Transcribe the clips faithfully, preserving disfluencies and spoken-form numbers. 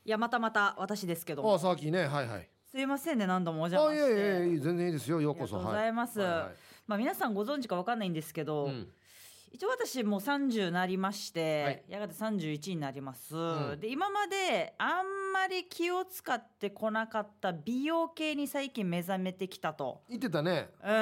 いやまたまた私ですけども、 あ、さっきね、はいはい。 すいませんね、何度もお邪魔して。 あ、いやいやいや、全然いいですよ、ようこそ。 ありがとうございます、 はいはいはい、 まあ、皆さんご存知か分かんないんですけど、 うん、 一応私もうさんじゅうになりまして、 はい、 やがてさんじゅういちになります、 うん、 で今まであんまり気を使ってこなかった美容系に最近目覚めてきたと。 言ってたね、 うん、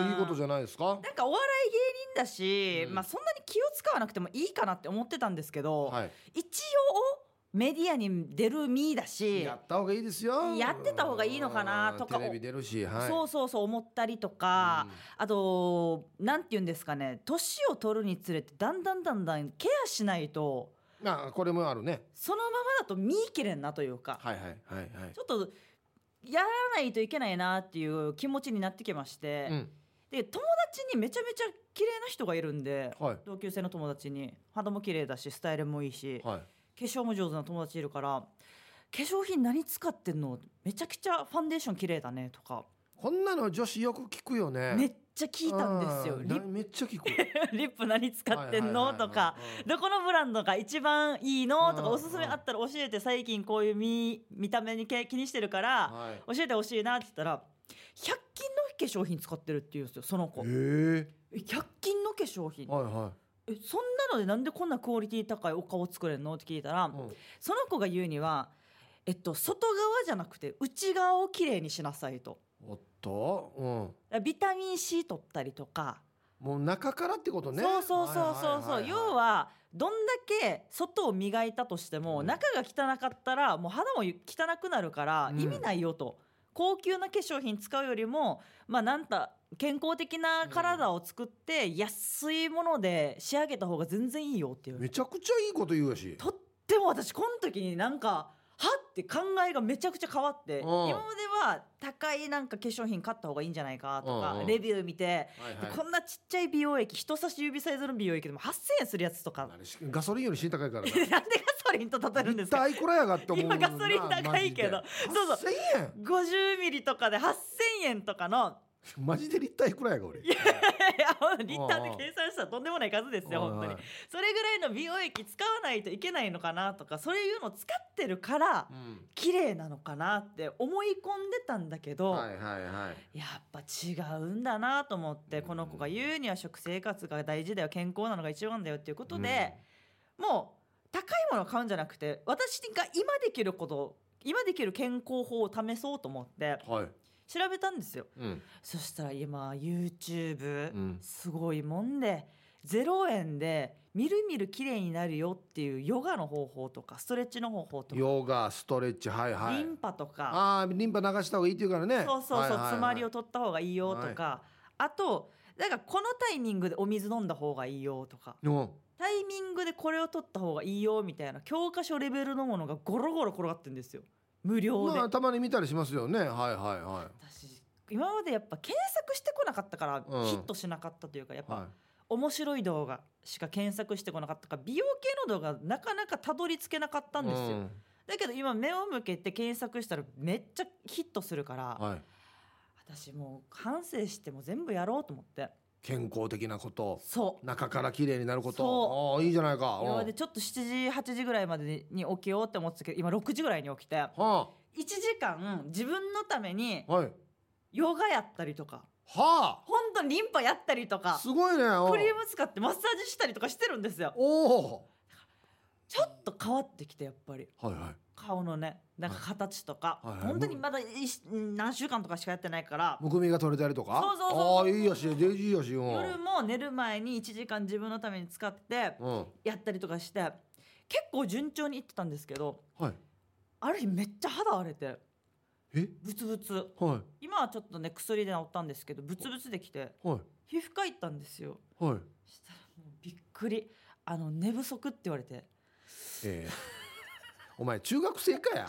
いいことじゃないですか。 なんかお笑い芸人だし、 うん、 まあ、そんなに気を使わなくてもいいかなって思ってたんですけど、 はい、 一応メディアに出る身だし、 やった方がいいですよ。 やってた方がいいのかなとか、 テレビ出るし、はい、 そうそうそう思ったりとか、 うん、 あとなんて言うんですかね、年を取るにつれてだんだんだんだんケアしないと、 あ、これもあるね。 そのままだと見いきれんなというか、 はいはいはいはい。 ちょっとやらないといけないなっていう気持ちになってきまして、 うん、 で友達にめちゃめちゃ綺麗な人がいるんで、 はい、 同級生の友達に肌も綺麗だしスタイルもいいし、 はい、 化粧も上手な友達いるから、化粧品何使ってんの、めちゃくちゃファンデーション綺麗だねとか、 こんなの女子よく聞くよね。 めっちゃ聞いたんですよ。 あーリッなめっちゃ聞く。 リップ何使ってんのはいはいはいはいとか、どこのブランドが一番いいのとか、 うんおすすめあったら教えて、最近こういう見見た目にけ気にしてるからはい、 教えてほしいなって言ったら、ひゃく均の化粧品使ってるって言うんですよ、その子。 えひゃく均の化粧品、 ー、はいはえそんなのでなんでこんなクオリティ高いお顔作れるのって聞いたら、 い、うん、 その子が言うには、えっと、外側じゃなくて内側をきれいにしなさいと。 おっと、 ビタミン C 取ったりとか、 うん、もう中からってことね。 そうそうそうそうそう、 はいはいはいはい、 要はどんだけ外を磨いたとしても、 うん中が汚かったらもう肌も汚くなるからうん意味ないよと、高級な化粧品使うよりも、まあなんた健康的な体を作って安いもので仕上げた方が全然いいよっていう。 めちゃくちゃいいこと言うやし。 とっても私この時になんかはって考えがめちゃくちゃ変わって、 うん今までは高いなんか化粧品買った方がいいんじゃないかとか、 うんうんレビュー見て、 はいはいでこんなちっちゃい美容液、人差し指サイズの美容液でもはっせんえんするやつとかあれしガソリンより死に高いからな。 なんでガソリンと例えるんですか。 一体いくらやがって思う今ガソリン高いけど、そうそうせんえんごじゅうミリとかではっせんえんとかのマジで立体いくらやが俺。 いやリッターで計算したらとんでもない数ですよ本当に。 はいはいそれぐらいの美容液使わないといけないのかなとか、そういうの使ってるからうん綺麗なのかなって思い込んでたんだけど、 はいはいはいやっぱ違うんだなと思って、この子が言うには食生活が大事だよ、健康なのが一番だよっていうことで、もう高いものを買うんじゃなくて、私が今できること今できる健康法を試そうと思ってはい、 調べたんですよ。 うん、 そしたら今 YouTube、 うんすごいもんでゼロえんでみるみる綺麗になるよっていうヨガの方法とかストレッチの方法とか、 ヨガストレッチ、はいはい、 リンパとか、 ああリンパ流した方がいいっていうからね。 そうそうそう、 はいはいはい詰まりを取った方がいいよとか、あとだからこのタイミングでお水飲んだ方がいいよとか、 うんタイミングでこれを取った方がいいよみたいな教科書レベルのものがゴロゴロ転がってるんですよ、無料で。 まあたまに見たりしますよね。はいはいは私今までやっぱ検索してこなかったからうんヒットしなかったというか、やっぱ、 いはい。 面白い動画しか検索してこなかったから、美容系の動画なかなかたどり着けなかったんですよ、 うんだけど今目を向けて検索したらめっちゃヒットするから、 はい、 私もう反省しても全部やろうと思って。 健康的なこと、 そう中から綺麗になること、 そああいいじゃないか。 今までちょっとしちじはちじぐらいまでに起きようって思ってたけど、今ろくじぐらいに起きてはいちじかん自分のためにあはいヨガやったりとか、 は本当にリンパやったりとあか、 すごいね。おクリーム使ってマッサージしたりとかしてるんですよ。 おおちょっと変わってきて、やっぱりはいはい顔のねなんか形とか、 はいはい本当にまだい何週間とかしかやってないから、 むくみが取れたりとか。 そうそうそうそうああいいやしデイジーやし。うん夜も寝る前にいちじかん自分のために使ってうんやったりとかして、結構順調にいってたんですけど、 はいある日めっちゃ肌荒れてえブツブツ、 はい今はちょっとね薬で治ったんですけど、ブツブツできてはい皮膚科行ったんですよ。 はいしたらもうびっくり、あの寝不足って言われて、 ええお前中学生かや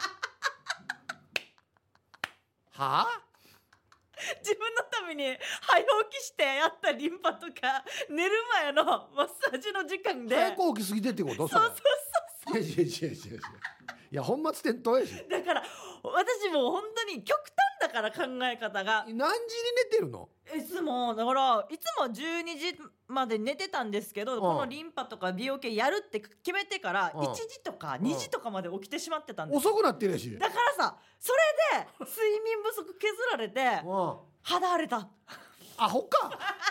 はあ自分のために早起きしてやったリンパとか寝る前のマッサージの時間で、 早く起きすぎてってこと。 そうそうそうれいやいやいやいやいやいや本末転倒やし。 だから私もう本当に極端だから考え方が。 何時に寝てるの？ いつもだからいつもじゅうにじまで寝てたんですけど、 んこのリンパとか美容系やるって決めてからうんいちじとかにじとかまで起きてしまってたんですよ。 遅くなってるやし。 だからさ、それで睡眠不足削られてうん肌荒れた。 アホか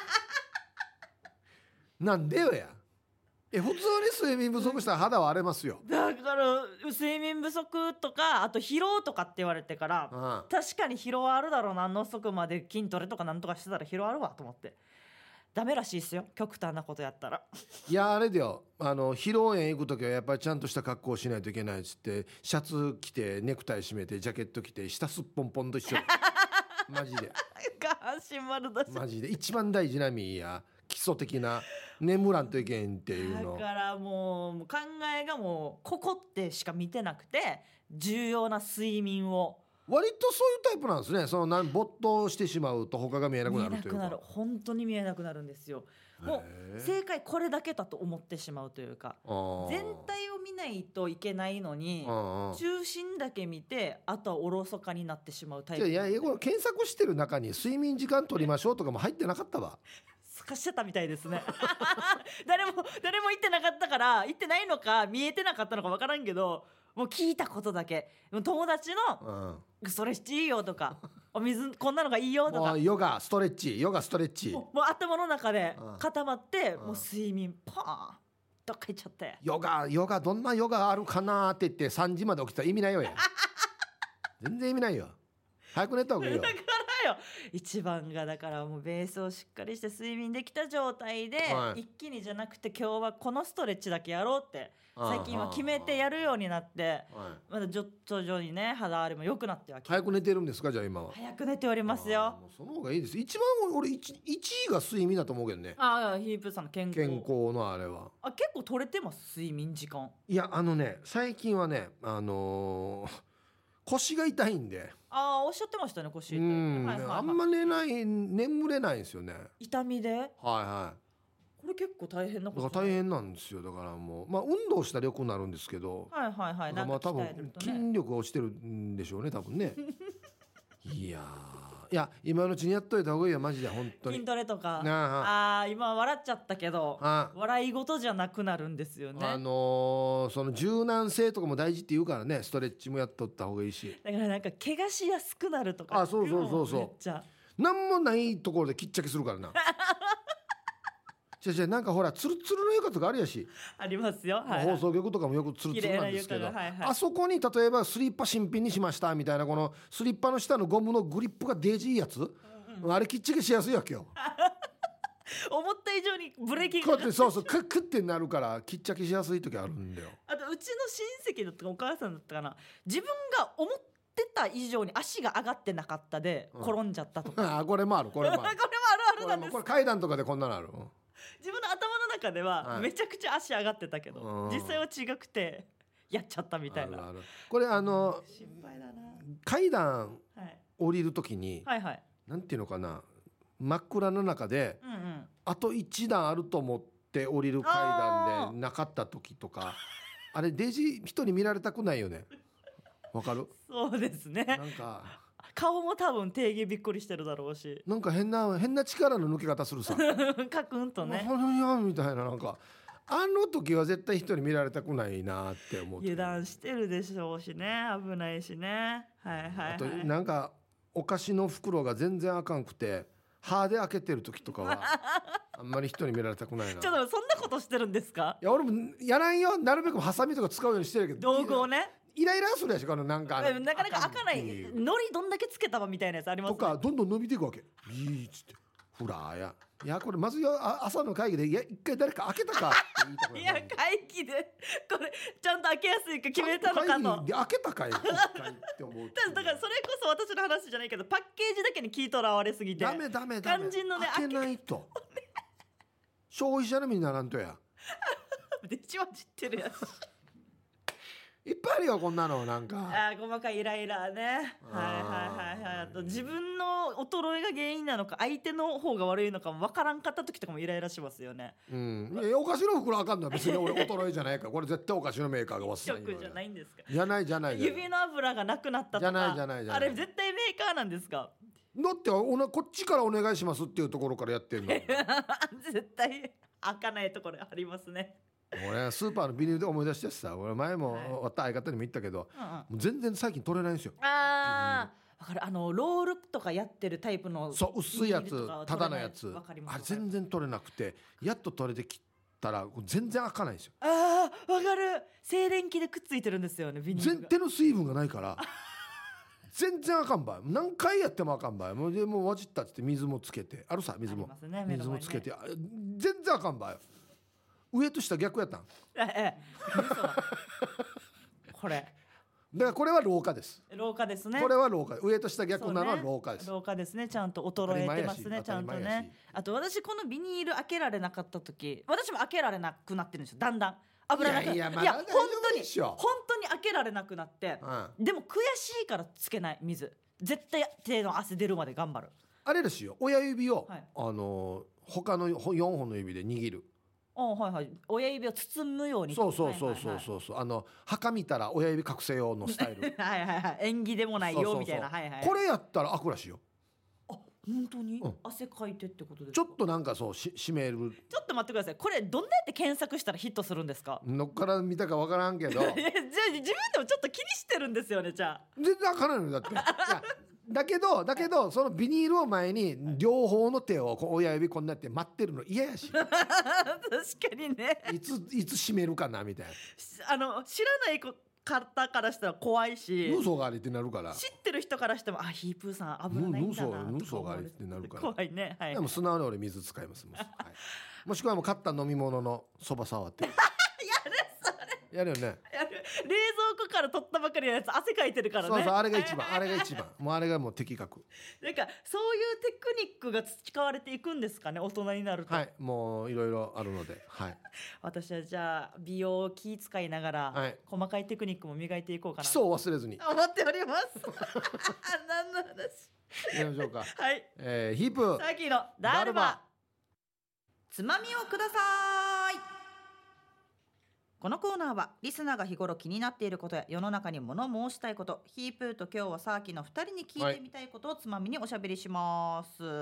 なんでよや。え普通に睡眠不足したら肌は荒れますよ。 だから睡眠不足とかあと疲労とかって言われてからうん確かに疲労はあるだろうな、あの遅くまで筋トレとかなんとかしてたら疲労あるわと思って。ダメらしいですよ、極端なことやったら。 いやあれだよ、あの披露宴行く時はやっぱりちゃんとした格好をしないといけないっつってシャツ着てネクタイ締めてジャケット着て下すっぽんぽんと一緒マジで下半身丸出し。 マジで一番大事なみや基礎的な眠らんといけんっていうの。 だからもうもう考えがもうここってしか見てなくて、重要な睡眠を割とそういうタイプなんですね。そのなん没頭してしまうと他が見えなく見なるというか。 えなくなる、本当に見えなくなるんですよ。もへーう正解これだけだと思ってしまうというか、 あー全体を見ないといけないのにうんうん中心だけ見てあとはおろそかになってしまうタイじゃプ。 あいやこれ検索してる中に睡眠時間取りましょうとかも入ってなかったわ。 すかしてたみたいですね誰も誰も言ってなかったから言ってないのか見えてなかったのか分からんけど、もう聞いたことだけ。もう友達のうんストレッチいいよとかお水こんなのがいいよとか、 もうヨガストレッチヨガストレッチもうもう頭の中でうん固まって、 うんもう睡眠パーンどっか行っちゃって。 ヨガヨガどんなヨガあるかなって言ってさんじまで起きたら意味ないよや全然意味ないよ。早く寝た方がいいよだからよ、一番がだからもうベースをしっかりして睡眠できた状態で、 はい一気にじゃなくて今日はこのストレッチだけやろうってああ最近は決めてやるようになって、 はいまだ徐々にね肌荒れも良くなってはきて、 早く寝てるんですかじゃあ今は。 早く寝ておりますあーよ。 もうその方がいいです。一番俺 1, 一位が睡眠だと思うけどね。 ああ、ヒープーさんの健康健康のあれは。 あ結構取れてます、睡眠時間。 いやあのね最近はねあのー腰が痛いんでああおっしゃってましたね、腰う痛いって。 ん、 はいはいはいあんま寝ない眠れないんですよね。 痛みではいはいこれ結構大変なこと。 だから大変なんですよ。だからもうまあ運動したら良くなるんですけど、 はいはいはい、なんかまあ多分鍛えるとね。 筋力が落ちてるんでしょうね多分ねいやーいや今のうちにやっといた方がいいよマジで本当に。 筋トレとか。 なあああー今笑っちゃったけどあ笑い事じゃなくなるんですよね。 あのーその柔軟性とかも大事って言うからねストレッチもやっとった方がいいし、 だからなんか怪我しやすくなるとか。 あそうそうそうそうめっちゃなんもないところできっちゃきするからなじゃじゃなんかほらツルツルの床とかあるやし、 ありますよ。はいはい、 放送局とかもよくツルツルなんですけど、 綺麗な床がはいはいあそこに例えばスリッパ新品にしましたみたいなこのスリッパの下のゴムのグリップがデージいいやつ、あれきっちりしやすいわけよ。 思った以上にブレーキこうがやってそうそうクックってなるからきっちゃきしやすい時あるんだよ。 あとうちの親戚だったかお母さんだったかな、自分が思ってた以上に足が上がってなかったでうん転んじゃったとか、 あこれもあるこれもあるこれもあるあるこなんです。 れもこれ階段とかでこんなのある。 自分の頭の中でははいめちゃくちゃ足上がってたけど、 うん実際は違くてやっちゃったみたいな。 あるあるこれあの心配だな。 階段はい降りる時に、 はいはい。 なんていうのかな真っ暗の中でうんうん。 あと一段あると思って降りる階段でなかった時とかあれデジ人に見られたくないよね。わかる？ そうですね。 なんか顔も多分定義びっくりしてるだろうしなんか変な変な力の抜け方するさ。 カクンとね、 ほにゃみたいななんかあの時は絶対人に見られたくないなって思って。 油断してるでしょうしね、危ないしね。はいはいはい。 あとなんかお菓子の袋が全然あかんくて歯で開けてる時とかはあんまり人に見られたくないな。 ちょっとそんなことしてるんですか？ いや俺もやらんよ。なるべくハサミとか使うようにしてるけど道具をね。 イライラするやしこのなんかあのなかなか開かないあんっていうのりどんだけつけたばみたいなやつありますとね。 かどんどん伸びていくわけビーッつってフラーやいやこれまずよあ朝の会議でいや一回誰か開けたかって言いたくないいや会議でこれちゃんと開けやすいか決めたのか会議と。 で開けたかい一回って思うだからそれこそ私の話じゃないけどパッケージだけに聞いとらわれすぎてダメダメダメ肝心のね開けないと消費者の身にならんとやでちわちってるやつ。 いっぱいあるよこんなのなんか。 あー細かいイライラね。はいはいはいはい。あと自分の衰えが原因なのか相手の方が悪いのかも分からんかった時とかもイライラしますよね。 うんいやお菓子の袋あかんのは別に俺衰えじゃないからこれ絶対お菓子のメーカーが忘れ食じゃないんですか。 じゃないじゃないじゃない指の油がなくなったとかじゃないじゃないじゃないあれ絶対メーカーなんですか。 だっておなこっちからお願いしますっていうところからやってんの絶対開かないところありますね。 俺スーパーのビニールで思い出してさ俺前もはい終わった相方にも言ったけど、 うんうん、 もう全然最近取れないんですよ。 あーわかる。あのロールとかやってるタイプのそう薄いやつビニールとかただのやつわかりますあれ全然取れなくてやっと取れてきたら全然開かないんですよ。 あーわかる。静電気でくっついてるんですよねビニールが。 全手の水分がないから全然あかんばい何回やってもあかんばいもうでもうわじったって水もつけてあるさ水も、 ありますね目の前にね水もつけてあ全然あかんばい上と下逆やったんええ嘘これだからこれは老化です、 廊下ですね。 これは老化上と下逆なのはそうね老化です、 廊下ですね。ちゃんと衰えてますね。ちゃんと当たり前やしね。あと私このビニール開けられなかった時私も開けられなくなってるんですよだんだん油なくなっていやいやまだいや本大丈夫当にでしょ本当に開けられなくなってうん、 でも悔しいからつけない水絶対手の汗出るまで頑張る。 あれですよ親指を、 はいあの他のよんほんの指で握るあはいはい親指を包むようにそうそうそうそううそうそうあの墓見たら親指隠せようのスタイルはいはいはい縁起でもないそうそうそうよみたいなはいはいこれやったら開くらしいよ。 あ本当に、 うん汗かいてってことですちょか。 っとなんかそうし締めるちょっと待ってください。これどんなやって検索したらヒットするんですか。 のっから見たかわからんけどいやじゃあ自分でもちょっと気にしてるんですよね。じゃあ全然開かないのよだっていやだけどだけどそのビニールを前に両方の手をこう親指こんなやって待ってるの嫌やし確かにねいついつ締めるかなみたいなあの知らない子方からしたら怖いし嘘がありってなるから知ってる人からしてもあヒープーさん危ないんだなうんとか思われ嘘がありってなるから怖いねはいでも素直に俺水使いますもん、はい、もしくはもう買った飲み物のそば触ってやるそれやるよねやる冷蔵庫から取ったばかりのやつ汗かいてるからねそうそうあれが一番あれが一番もうあれがもう的確なんかそういうテクニックが培われていくんですかね大人になると、 はいもういろいろあるのではい私はじゃあ美容を気遣いながら、 はい細かいテクニックも磨いていこうかな基礎を忘れずに思っております何の話やりましょうかはいえー、ヒープさっきのダルマつまみをください。このコーナーはリスナーが日頃気になっていることや世の中に物申したいことヒープーと今日はサーキのふたりに聞いてみたいことをつまみにおしゃべりします、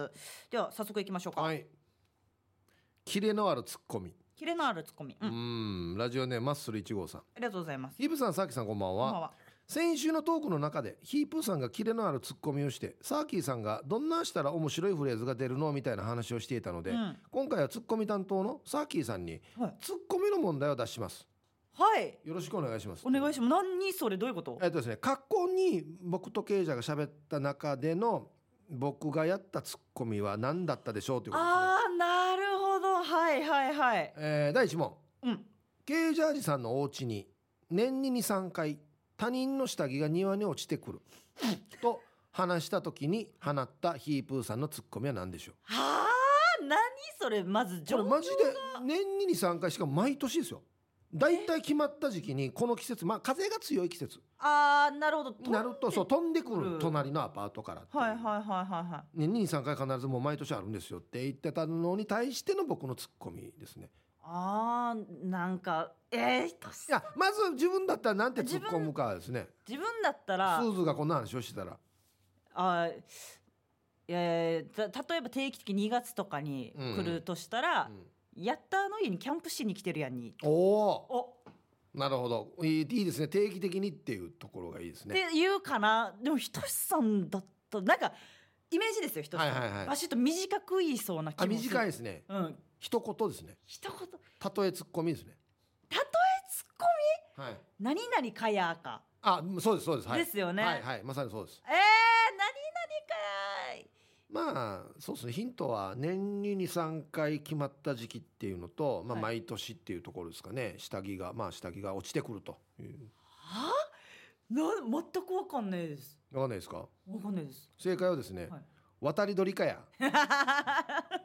では早速いきましょうか。 はいキレのあるツッコミキレのあるツッコミ、う、 うんんラジオネームマッスルいち号さんありがとうございます。 ヒープさんサーキさんこんばんはこんばんは。 先週のトークの中でヒープーさんがキレのあるツッコミをしてサーキーさんがどんなしたら面白いフレーズが出るのみたいな話をしていたので、 うん今回はツッコミ担当のサーキーさんにはい、 ツッコミの問題を出しますはい、 よろしくお願いしますお願いします。何それどういうこと？ えっとですね過去に僕とケイジャーが喋った中での僕がやったツッコミは何だったでしょうということですね、 あーなるほどはいはいはいえー、だいいち問うんケイジャージさんのお家に年ににさんかい他人の下着が庭に落ちてくると話した時に放ったヒープーさんのツッコミは何でしょはあ何それまずうこ状況れマジで年ににさんかいしかも毎年ですよだいたい決まった時期にこの季節まあ風が強い季節あーなるほどになるとそう飛んでく飛んでくるる隣のアパートからっていうはいはいはいはいはい年ににさんかい必ずもう毎年あるんですよって言ってたのに対しての僕のツッコミですねあーなんかえー、ひとしいやまず自分だったらなんて突っ込むかですね自分だったスらーズがこんな話をしてたらあーえー、た例えば定期的にがつとかに来るとしたら、 うんやったーの家にキャンプしに来てるやんにおおおなるほどいいいいですね定期的にっていうところがいいですっねて言うかな。でもひとしさんだったなんかイメージですよひとしさん、 はいはいはいバシッと短く言いそうな気あもする短いですねうん一言ですね一言例えツッコミですね例えツッコミはい何々かやか、 あそうですそうです、はい、 ですよねはいはいまさにそうですえー、何々かやいまあそうですねヒントは年ににさんかい決まった時期っていうのと、まあ、 はい毎年っていうところですかね下着がまあ下着が落ちてくるというはな全くわかんないですわかんないですかわかんないです正解はですね、 はい渡り鳥かや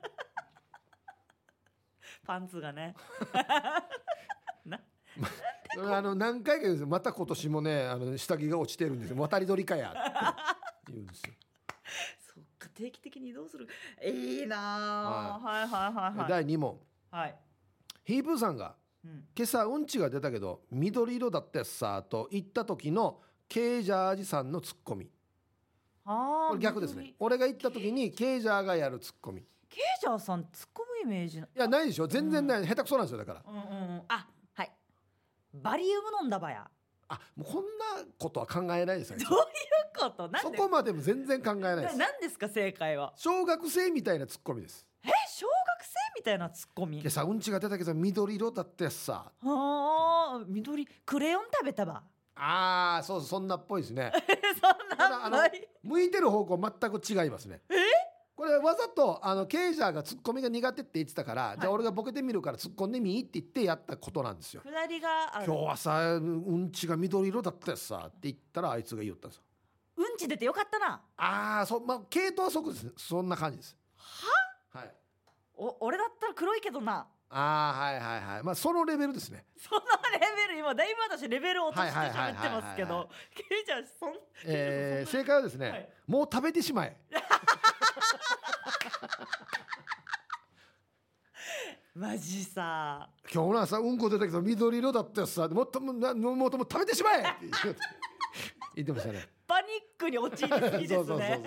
パンツがねなあの何回か言うんですよ。また今年もねあの下着が落ちてるんですよ。渡り鳥かやって言うんですよ。 そっか定期的に移動するいいなあ、はい、はいはいはいはいだいに問、 はい、 ヒープーさんがうん、 今朝うんちが出たけど緑色だったやつさと言った時のケージャージさんのツッコミ。 あこれ逆ですね。俺が言った時にケージャーがやるツッコミ。いケージャーさん突っ込むイメージなやないでしょ。全然ない、うん、下手くそなんですよ。だからうんうんうんあはいバリウム飲んだばやあもうこんなことは考えないですよ。 どういうことなんでそこまでも全然考えないです。 何ですか正解は。 小学生みたいなツッコミです。 え小学生みたいなツッコミ。 今朝うんちが出たけど緑色だったやつさ。 はあ緑クレヨン食べたば。 ああそうそんなっぽいですね。 そんなあの向いてる方向全く違いますね。 えこれわざとあのケイジャーがツッコミが苦手って言ってたから、はい、じゃあ俺がボケてみるから突っ込んでみって言ってやったことなんですよ。 下りがある。 今日はさうんちが緑色だったやつさって言ったらあいつが言ったんですよ。 うんち出てよかったな。 ああそまあ系統はそこですね。そんな感じです。 ははいお俺だったら黒いけどな。 ああはいはいはいまあそのレベルですね。 そのレベル今だいぶ私レベル落として喋ってますけどケイジャーそん、 えー、正解はですね、はい、もう食べてしまえマジさ今日の朝うんこ出たけど緑色だったやつさもっともももっとも食べてしまえって言ってましたね。 パニックに陥りすぎですね。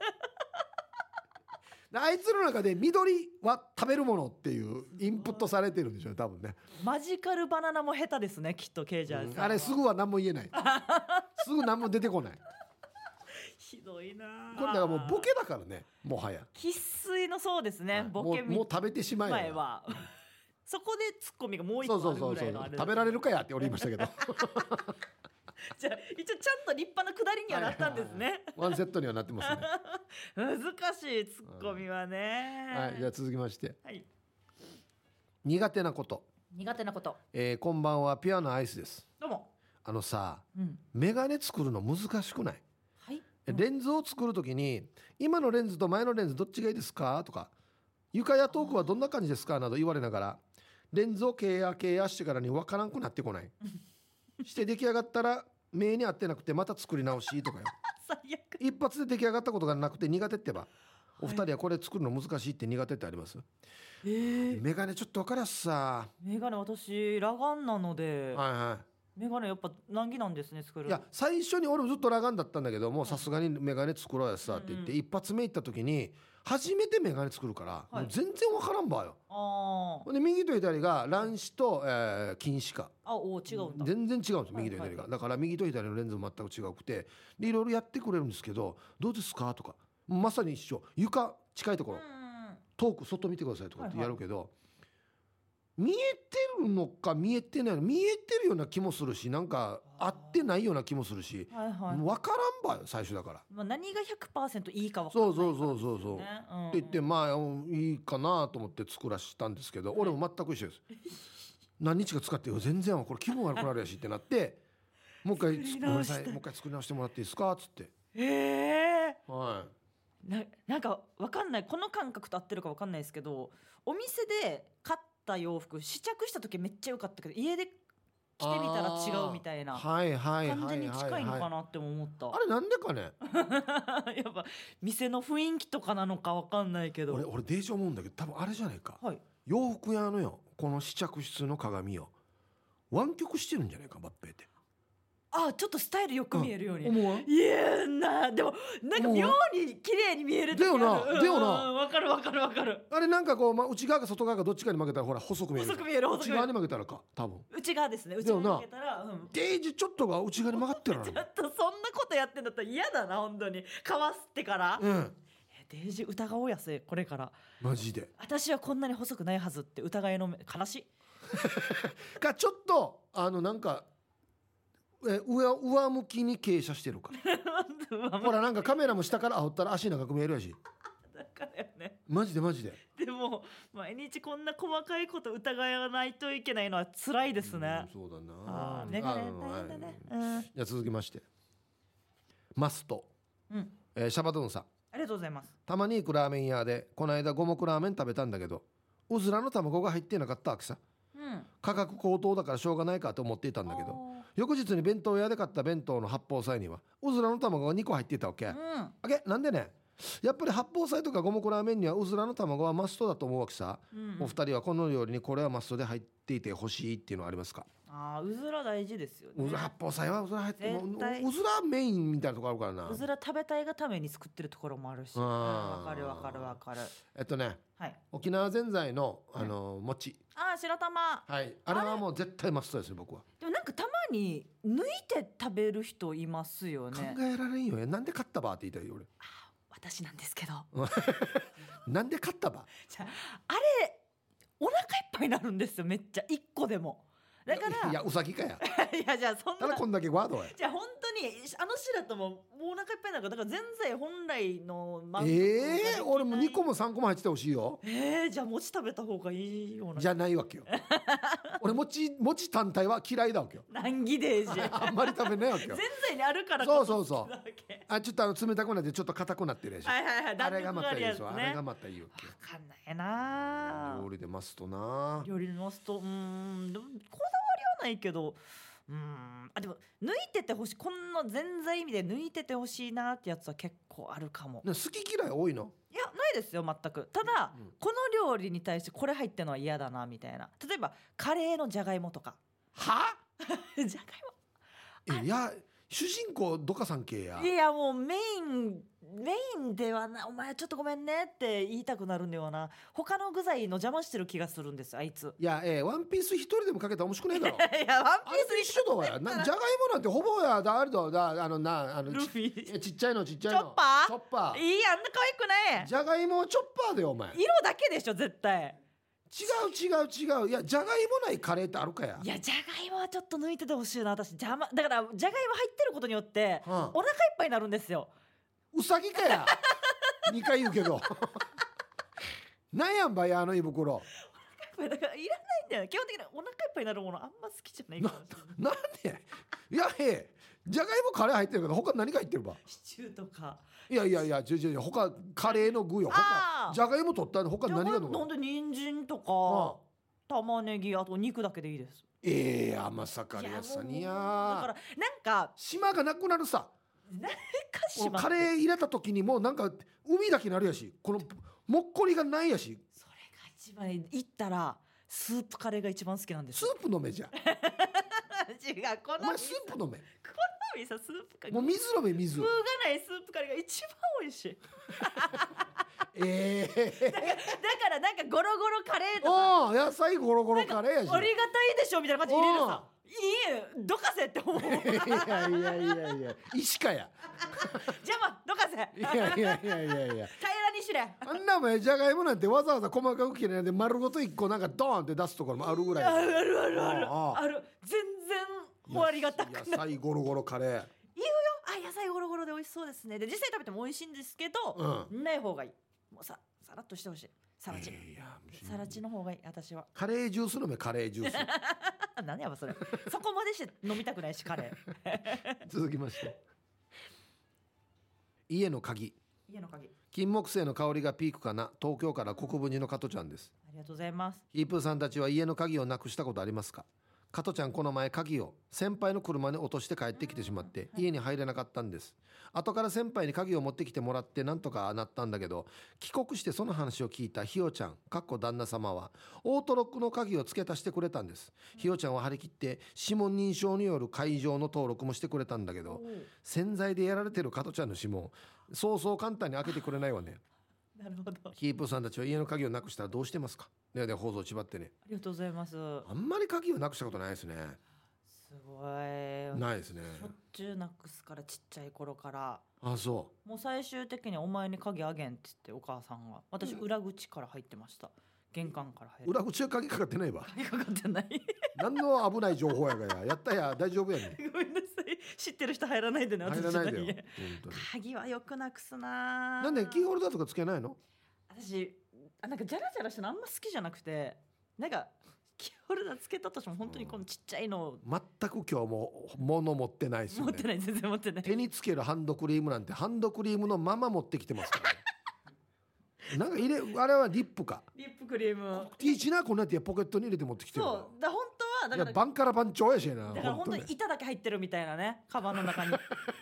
あいつの中で緑は食べるものっていうインプットされてるんでしょうね多分ね。 マジカルバナナも下手ですねきっとケイジャーさん、 うん、あれすぐは何も言えないすぐ何も出てこないひどいな。 これだからもうボケだからねもはや生粋のそうですね、はい、ボケもう、もう食べてしまえばそこでツッコミがもう一個あるぐらいのあれ、ね、 食べられるかやっておりましたけどじゃあ一応ちゃんと立派なくだりにはなったんですね、はいはいはい、 ワンセットにはなってますね難しいツッコミはね、 はい、じゃあ続きまして、 はい、 苦手なこと苦手なこと、 えー、こんばんはピュアなアイスです。 どうも。 あのさ、 うん、 メガネ作るの難しくない？ はい、 レンズを作るときに今のレンズと前のレンズどっちがいいですかとか床やトークはどんな感じですかなど言われながらレンズをケアケアしてからに分からんくなってこないして出来上がったら目に合ってなくてまた作り直しとかよ最悪。 一発で出来上がったことがなくて苦手ってば、はい、お二人はこれ作るの難しいって苦手ってあります？ えー、 メガネちょっと分からっさ。 メガネ私裸眼なので、 はいはい、 メガネやっぱ難儀なんですね作る。 いや最初に俺もずっと裸眼だったんだけどもさすがにメガネ作ろうやさって言って、うんうん、一発目行った時に初めてメガネ作るから、はい、もう全然分からんばよ。あで右と左が乱視と、えー、近視か。 あお違うんだ。 全然違うんです右と左が、はいはい、だから右と左のレンズも全く違くてでいろいろやってくれるんですけどどうですかとかまさに一緒床近いところ、うん、遠く外見てくださいとかってやるけど、はいはい、見えてるのか見えてないの見えてるような気もするしなんか合ってないような気もするし、はいはい、分からんばよ最初だから、 まあ、何が ひゃくパーセント いいか分からないから、ね、 そうそうそうそうそう、うんうん、って言ってまあいいかなと思って作らしたんですけど、はい、俺も全く一緒です何日か使って全然これ気分悪くなるやしってなってもう一回ごめんなさいもう一回作り直してもらっていいですかっつってへえー、はいな, なんか分かんないこの感覚と合ってるか分かんないですけどお店で買った洋服試着した時めっちゃ良かったけど家で着てみたら違うみたいな感じに近いのかなっても思った。 あれなんでかねやっぱ店の雰囲気とかなのか分かんないけど俺俺デージ思うんだけど多分あれじゃないか、 はい、 洋服屋のよこの試着室の鏡を湾曲してるんじゃないかバッペって。 あちょっとスタイルよく見えるように、 うん、思わんいやなでもなんか妙に綺麗に見える時ある。 だよなだよなわかるわかるわかる。 あれなんかこう、まあ、内側か外側かどっちかに負けたらほら細く見える。 細く見える細く見える。 内側に負けたらか多分内側ですね。内側に負けたら、うん、 デージちょっとが内側に曲がってるちょっとそんなことやってんだったら嫌だな本当にかわすってから、 うん、 デージ疑おうやすこれからマジで私はこんなに細くないはずって疑いの目悲しいかちょっとあのなんかえ 上, 上向きに傾斜してるからほらなんかカメラも下から煽ったら足長く見えるやしだからよねマジでマジで。 でも毎日こんな細かいこと疑わないといけないのは辛いですね。 うんそうだなあメガネ大変だね、うん、 じゃあ続きましてマスト、 うんえー、シャバドゥンさんありがとうございます。 たまに行くラーメン屋でこの間五目ラーメン食べたんだけどうずらの卵が入ってなかったわけさ、 うん価格高騰だからしょうがないかと思っていたんだけど、翌日に弁当屋で買った弁当の八宝菜にはうずらの卵がにこ入っていたわけ、うん、あげなんでね、やっぱり八宝菜とか五目ラーメンにはうずらの卵はマストだと思うわけさ、うん、お二人はこの料理にこれはマストで入っていてほしいっていうのはありますか？ あ、うずら大事ですよね。 うずら八宝菜はうずら入ってもうずらメインみたいなところあるからな。 うずら食べたいがために作ってるところもあるし、わ、うん、かるわかるわかる。 えっとね、 はい、 沖縄ぜんざいのあの、うん、餅、 あ、白玉、 はい、あれはもう絶対マストですよ僕は。 でもなんかたまに抜いて食べる人いますよね。 考えられんよ。なんで買ったばって言いたいよ俺。 あ、私なんですけどなんで買ったばじゃあ、あれお腹いっぱいになるんですよ、めっちゃいっこでも。だからいやうさぎかやいやじゃあそんなただこんだけワードや。 じゃあ本当にあの白玉もうお腹いっぱいだから、だからぜんざい本来の満足ええー、俺もにこもさんこも入っててほしいよ。 えー、じゃあ餅食べた方がいいような。 じゃないわけよ俺餅餅単体は嫌いだわけよ。 難儀でーじあんまり食べないわけよ。 ぜんざいにあるからそうそうそう。あ、ちょっとあの冷たくなってちょっと硬くなってるでしょ。 はいはいはい、 あれがまたいいですよ、ね、あれがまたいいわけよ。 分かんないな。 料理でマストな。 料理でマスト、うーん、こだわりはないけど、うーん、あ、でも抜いててほしい、こんな全然意味で抜いててほしいなってやつは結構あるかも。 好き嫌い多いの？ いや、ないですよ全く。ただ、うん、この料理に対してこれ入ってるのは嫌だなみたいな。例えばカレーのじゃがいもとか。 はじゃがいも、 え、いや主人公ドカさん系や。 いやもうメインメインではな、お前ちょっとごめんねって言いたくなるんだよな。他の具材の邪魔してる気がするんですあいつ。 いや、えー、ワンピース一人でもかけたら面白くないだろいやワンピース一緒だわ。じゃがいもなんてほぼやだあるだだあのなあのルフィち, ちっちゃいのちっちゃいのチョッパーチョッパー、 いい、あんな可愛くない。 じゃがいもはチョッパーだよお前。 色だけでしょ絶対。 違う違う違う。いやじゃがいもないカレーってあるかや。 いやじゃがいもはちょっと抜いててほしいな私。邪魔だからじゃがいも入ってることによって、うん、お腹いっぱいになるんですよ。 うさぎかやにかい言うけどなんやんばやあの胃袋。お腹いっぱいだからいらないんだよね。基本的にお腹いっぱいになるものあんま好きじゃないかもしれない。 な, なんでいやへえじゃがいもカレー入ってるけど他何が入ってるば。 シチューとか。 いやいやいや、じゃじゃ他カレーの具よ。他じゃがいも取ったら他何がの？ なんで人参とか玉ねぎ、あと肉だけでいいです。 ええー、まさかやさにや。だからなんか島がなくなるさ。 なんか島カレー入れた時にもうなんか海だけなるやし、このもっこりがないやし。 それが一番いったらスープカレーが一番好きなんです。 スープ飲めじゃ。 違う、このお前スープ飲め。 このさスープカレー。 もう水飲め水。 風がないスープカレーが一番美味しい。 ええー、 だから、だからなんかゴロゴロカレーとか。 ああ、野菜ゴロゴロカレーやし。 ありがたいでしょみたいな感じで入れるさ。いいえ、どかせって思う。いやいやいやいや、石かや。 邪魔、どかせ。 いやいやいやいやいや。平らにしれ。 あんなもんじゃがいもなんてわざわざ細かく切れないで丸ごと一個なんかドーンって出すところもあるぐらい。 あるあるあるある。ある。全然もうありがたくない。 野菜ゴロゴロカレー。 いいよ。あ、野菜ゴロゴロで美味しそうですね。で実際食べても美味しいんですけど、うん、ない方がいい。もうささらっとしてほしい。サラチ、えー、サラチの方がいい私は。 カレージュース飲めカレージュース。 何やばそれ。そこまでして飲みたくないしカレー。続きまして。家の鍵。 家の鍵。 金木犀の香りがピークかな。東京から国分寺の加トちゃんです。 ありがとうございます。 ヒープーさんたちは家の鍵をなくしたことありますか？加トちゃんこの前鍵を先輩の車に落として帰ってきてしまって家に入れなかったんです。後から先輩に鍵を持ってきてもらってなんとかなったんだけど、帰国してその話を聞いたひよちゃんかっこ旦那様はオートロックの鍵を付け足してくれたんです。ひよちゃんは張り切って指紋認証による会場の登録もしてくれたんだけど、洗剤でやられてる加トちゃんの指紋そうそう簡単に開けてくれないわね。 なるほど。 ヒープーさんたちは家の鍵をなくしたらどうしてますか？ねで放送ちばってね。 ありがとうございます。 あんまり鍵をなくしたことないですね。 すごい。 ないですね。 しょっちゅうなくすからちっちゃい頃から。 あ、そう。 もう最終的にお前に鍵あげんって言ってお母さんが、私裏口から入ってました。玄関から入る。 裏口は鍵かかってないわ。 鍵かかってない。 何の危ない情報やがや。やったや大丈夫やね。 ごめんなさい。知ってる人入らないでね。 入らないでよ。 鍵はよくなくすな。 なんでキーホルダーとかつけないの？ 私あなんかジャラジャラしてのあんま好きじゃなくて、なんかキーホルダーつけたとしても本当にこのちっちゃいの、 うん、全く今日も物持ってないですよね。 持ってない全然持ってない。 手につけるハンドクリームなんてハンドクリームのまま持ってきてますから、ね、 なんか入れあれはリップかリップクリーム。 いいちなこんなやってポケットに入れて持ってきてるそうだ本当はだいからやバンカラバン長やしなだから本当に板だけ入ってるみたいなねカバンの中に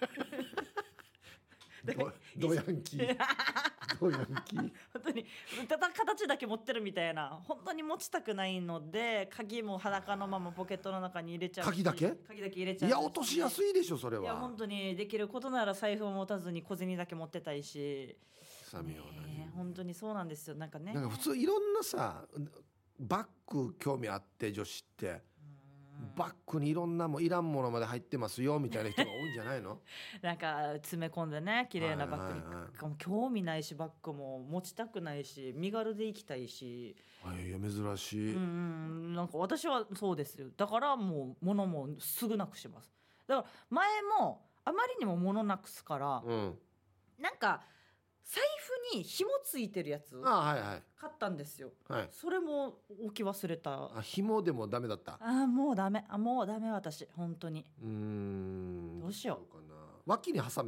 ドドヤンキードヤンキー本当にただ形だけ持ってるみたいな本当に持ちたくないので鍵も裸のままポケットの中に入れちゃうし鍵だけ鍵だけ入れちゃういや落としやすいでしょそれいやは本当にできることなら財布を持たずに小銭だけ持ってたいしさみようなね本当にそうなんですよなんかねなんか普通いろんなさバッグ興味あって女子ってバッグにいろんなもいらんものまで入ってますよみたいな人が多いんじゃないのなんか詰め込んでね綺麗なバッグに、 はいはいはい興味ないしバッグも持ちたくないし身軽で行きたいしいや珍しい、 うんうんなんか私はそうですよだからもう物もすぐなくしますだから前もあまりにも物なくすから、 うん、 なんか財布に紐ついてるやつあはいはい買ったんですよはいそれも置き忘れたあ紐でもダメだったあーもうダメあもうダメ私本当にうーんどうしようかな脇に挟め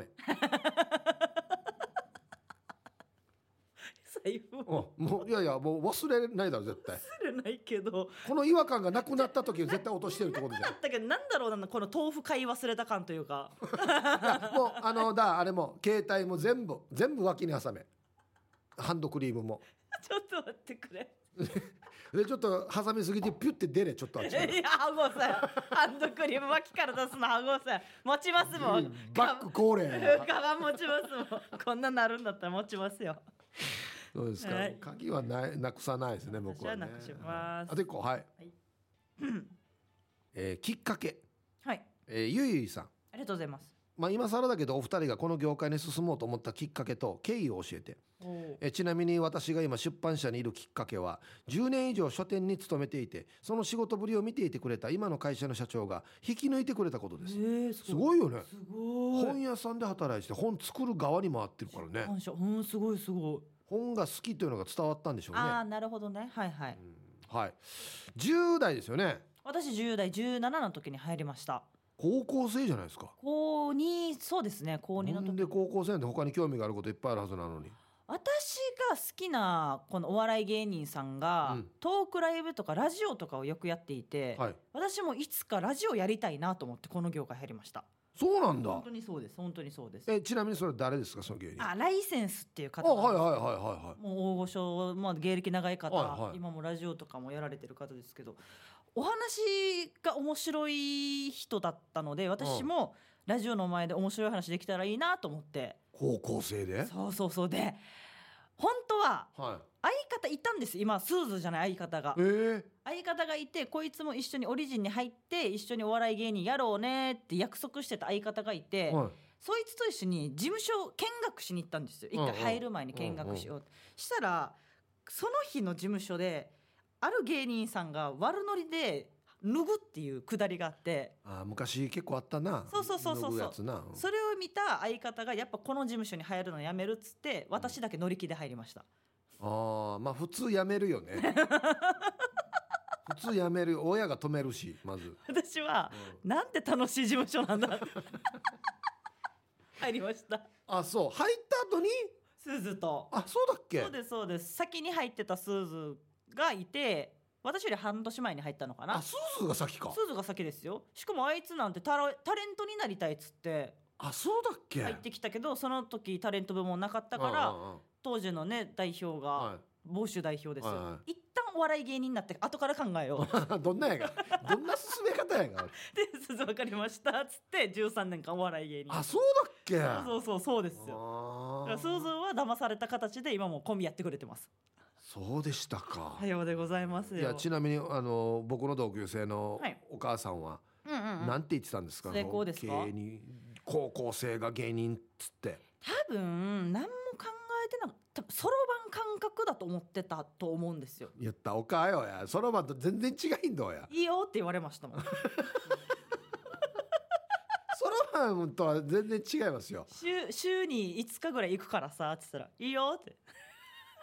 財布うんをもういやいやもう忘れないだろ絶対忘れないけどこの違和感がなくなった時は絶対落としてるってことじゃんだったけどなんだろうなこの豆腐買い忘れた感というかもうあのだあれも携帯も全部全部脇に挟めハンドクリームもちょっと待ってくれでちょっと挟みすぎてピュッて出れちょっとあっちからいやハゴさんハンドクリーム脇から出すのハゴさん持ちますもんバッグ恒例カバン持ちますもんこんななるんだったら持ちますよそうですか、 はい鍵はないなくさないですね僕はね私はなくしますあと一個はい、 はいえーきっかけ、 はいえーゆいゆいさんありがとうございますまあ、今更だけどお二人がこの業界に進もうと思ったきっかけと経緯を教えておーえちなみに私が今出版社にいるきっかけはじゅうねん以上書店に勤めていてその仕事ぶりを見ていてくれた今の会社の社長が引き抜いてくれたことです、 えー、 すごいよねすごい本屋さんで働いて本作る側に回ってるからね感謝うんすごいすごい本が好きというのが伝わったんでしょうねああなるほどねはいはい、 うんはいじゅう代ですよね私じゅう代じゅうななの時に入りました高校生じゃないですか高にそうですね高にの時なんで高校生で他に興味があることいっぱいあるはずなのに私が好きなこのお笑い芸人さんが、 うんトークライブとかラジオとかをよくやっていて、 はい私もいつかラジオやりたいなと思ってこの業界入りましたそうなんだ本当にそうです本当にそうですえちなみにそれは誰ですかその芸人あライセンスっていうあ方はいはいはいはいはいもう大御所、まあ、芸歴長い方、 はいはい今もラジオとかもやられてる方ですけどお話が面白い人だったので私もラジオの前で面白い話できたらいいなと思って高校生でそうそうそうで本当はは相方いたんです今スーズじゃない相方がいえー、 相方がいてこいつも一緒にオリジンに入って一緒にお笑い芸人やろうねって約束してた相方がいて、 はいそいつと一緒に事務所見学しに行ったんですよ一回入る前に見学しようってしたらその日の事務所である芸人さんが悪ノリで脱ぐっていうくだりがあってあ昔結構あったなそうそうそうそうそう脱ぐやつなそれを見た相方がやっぱこの事務所に入るのやめるっつって私だけ乗り気で入りましたあーまあ普通やめるよね普通やめる親が止めるしまず、 私は、なんて楽しい事務所なんだって入りましたあそう入った後にスーズとあそうだっけそうですそうです先に入ってたスーズがいて私より半年前に入ったのかなあスーズが先かスーズが先ですよしかもあいつなんてタラタレントになりたいっつってあそうだっけ入ってきたけどその時タレント部門なかったから当時のね代表がはボッシュ代表ですよ、 はいは一旦お笑い芸人になって後から考えよういどんなやがどんな進め方やがでスーズ分かりましたっつってじゅうさんねんかんお笑い芸人あそうだっけそうそうそうですよだからスーズは騙された形で今もコンビやってくれてますそうでしたか、 さようでございますよいやちなみにあの僕の同級生のはいお母さんは、 うんうんうんなんて言ってたんですか成功ですか芸人高校生が芸人っつって多分何も考えてなかったそろばん感覚だと思ってたと思うんですよ言ったおかよやそろばんと全然違いんだやいいよって言われましたもんそろばんとは全然違いますよ週週にいつかぐらい行くからさって言ったらいいよって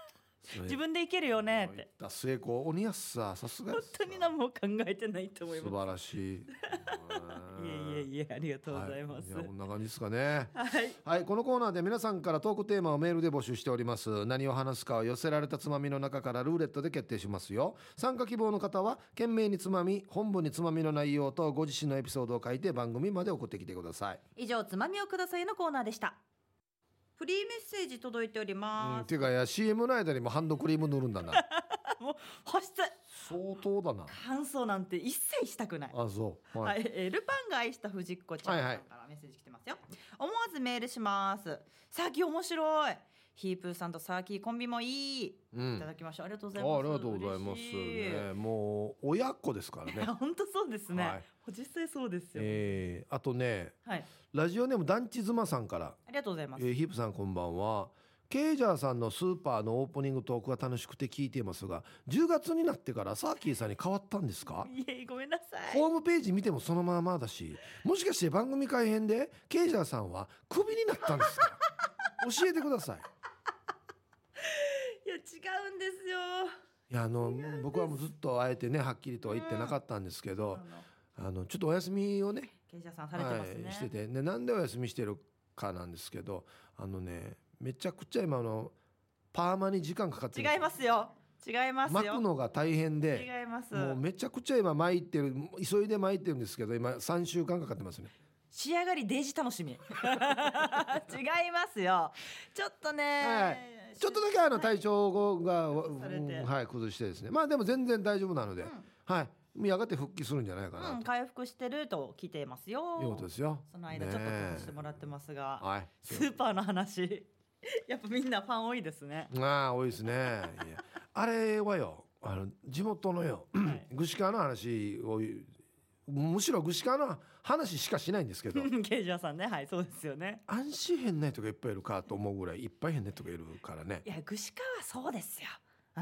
自分でいけるよねって。 だ成功鬼やっさ、さすがやっ本さ当に何も考えてないと思います。 素晴らしい。 いえいえいえ、ありがとうございます。 はい、いやこんな感じですかね。 はい、 はい、このコーナーで皆さんからトークテーマをメールで募集しております。何を話すかは寄せられたつまみの中からルーレットで決定しますよ。参加希望の方は懸命につまみ、本文につまみの内容とご自身のエピソードを書いて番組まで送ってきてください。 以上、つまみをくださいのコーナーでした。フリーメッセージ届いておりうます。 ん、ていうかいや シーエム の間にもハンドクリーム塗るんだな。 もう保湿相当だな。 乾燥なんて一切したくない。 あ、そう。 はい、えールパンが愛した藤子ちゃんさんからメッセージ来てますよ。思わずメールします。サーキー面白い。ヒープーさんとサーキーコンビもいい。 うん、 いただきました。ありがとうござあいます。 ありがとうございますね。もう親子ですからね。 本当そうですね。 はい、 実際そうですよ。 えー、あとね、 はい、 ラジオネーム団地妻さんから、 ありがとうございます。 えー、ヒープさんこんばんは。ケイジャーさんのスーパーのオープニングトークが楽しくて聞いていますが、じゅうがつになってからサーキーさんに変わったんですか？ いえ、ごめんなさい。 ホームページ見てもそのままだし、もしかして番組改編でケイジャーさんはクビになったんですか？教えてください。 いや、違うんですよ。 いや、あの僕はもうずっとあえてねはっきりとは言ってなかったんですけど、あのちょっとお休みをね、 ケイジャーさんされてますね。 はい、してて、ね、なんでお休みしてるかなんですけど、あのねめちゃくちゃ今のパーマに時間かかってる。 違いますよ。違いますよ。 巻くのが大変で、 違います。 もうめちゃくちゃ今巻いてる、急いで巻いてるんですけど、今さんしゅうかんかかってますね。 仕上がりデージ楽しみ。違いますよ。ちょっとね、 はい、ちょっとだけあの体調が、 されて、 はい、崩してですね、まあでも全然大丈夫なので、 うん、 はい、やがて復帰するんじゃないかなと、 うん、回復してると聞いてますよ。 いうことですよ。 その間ちょっと閉じてもらってますが、 はい、 スーパーの話やっぱみんなファン多いですね。 ああ、多いですね。いやあれはよ、あの地元のよ、はい、串川の話を、むしろ串川の話しかしないんですけどケイジャーさんね、はい、そうですよね。 安心変な人がいっぱいいるかと思うぐらいいっぱい変な人がいるからね。 いや、串川はそうですよ。うん、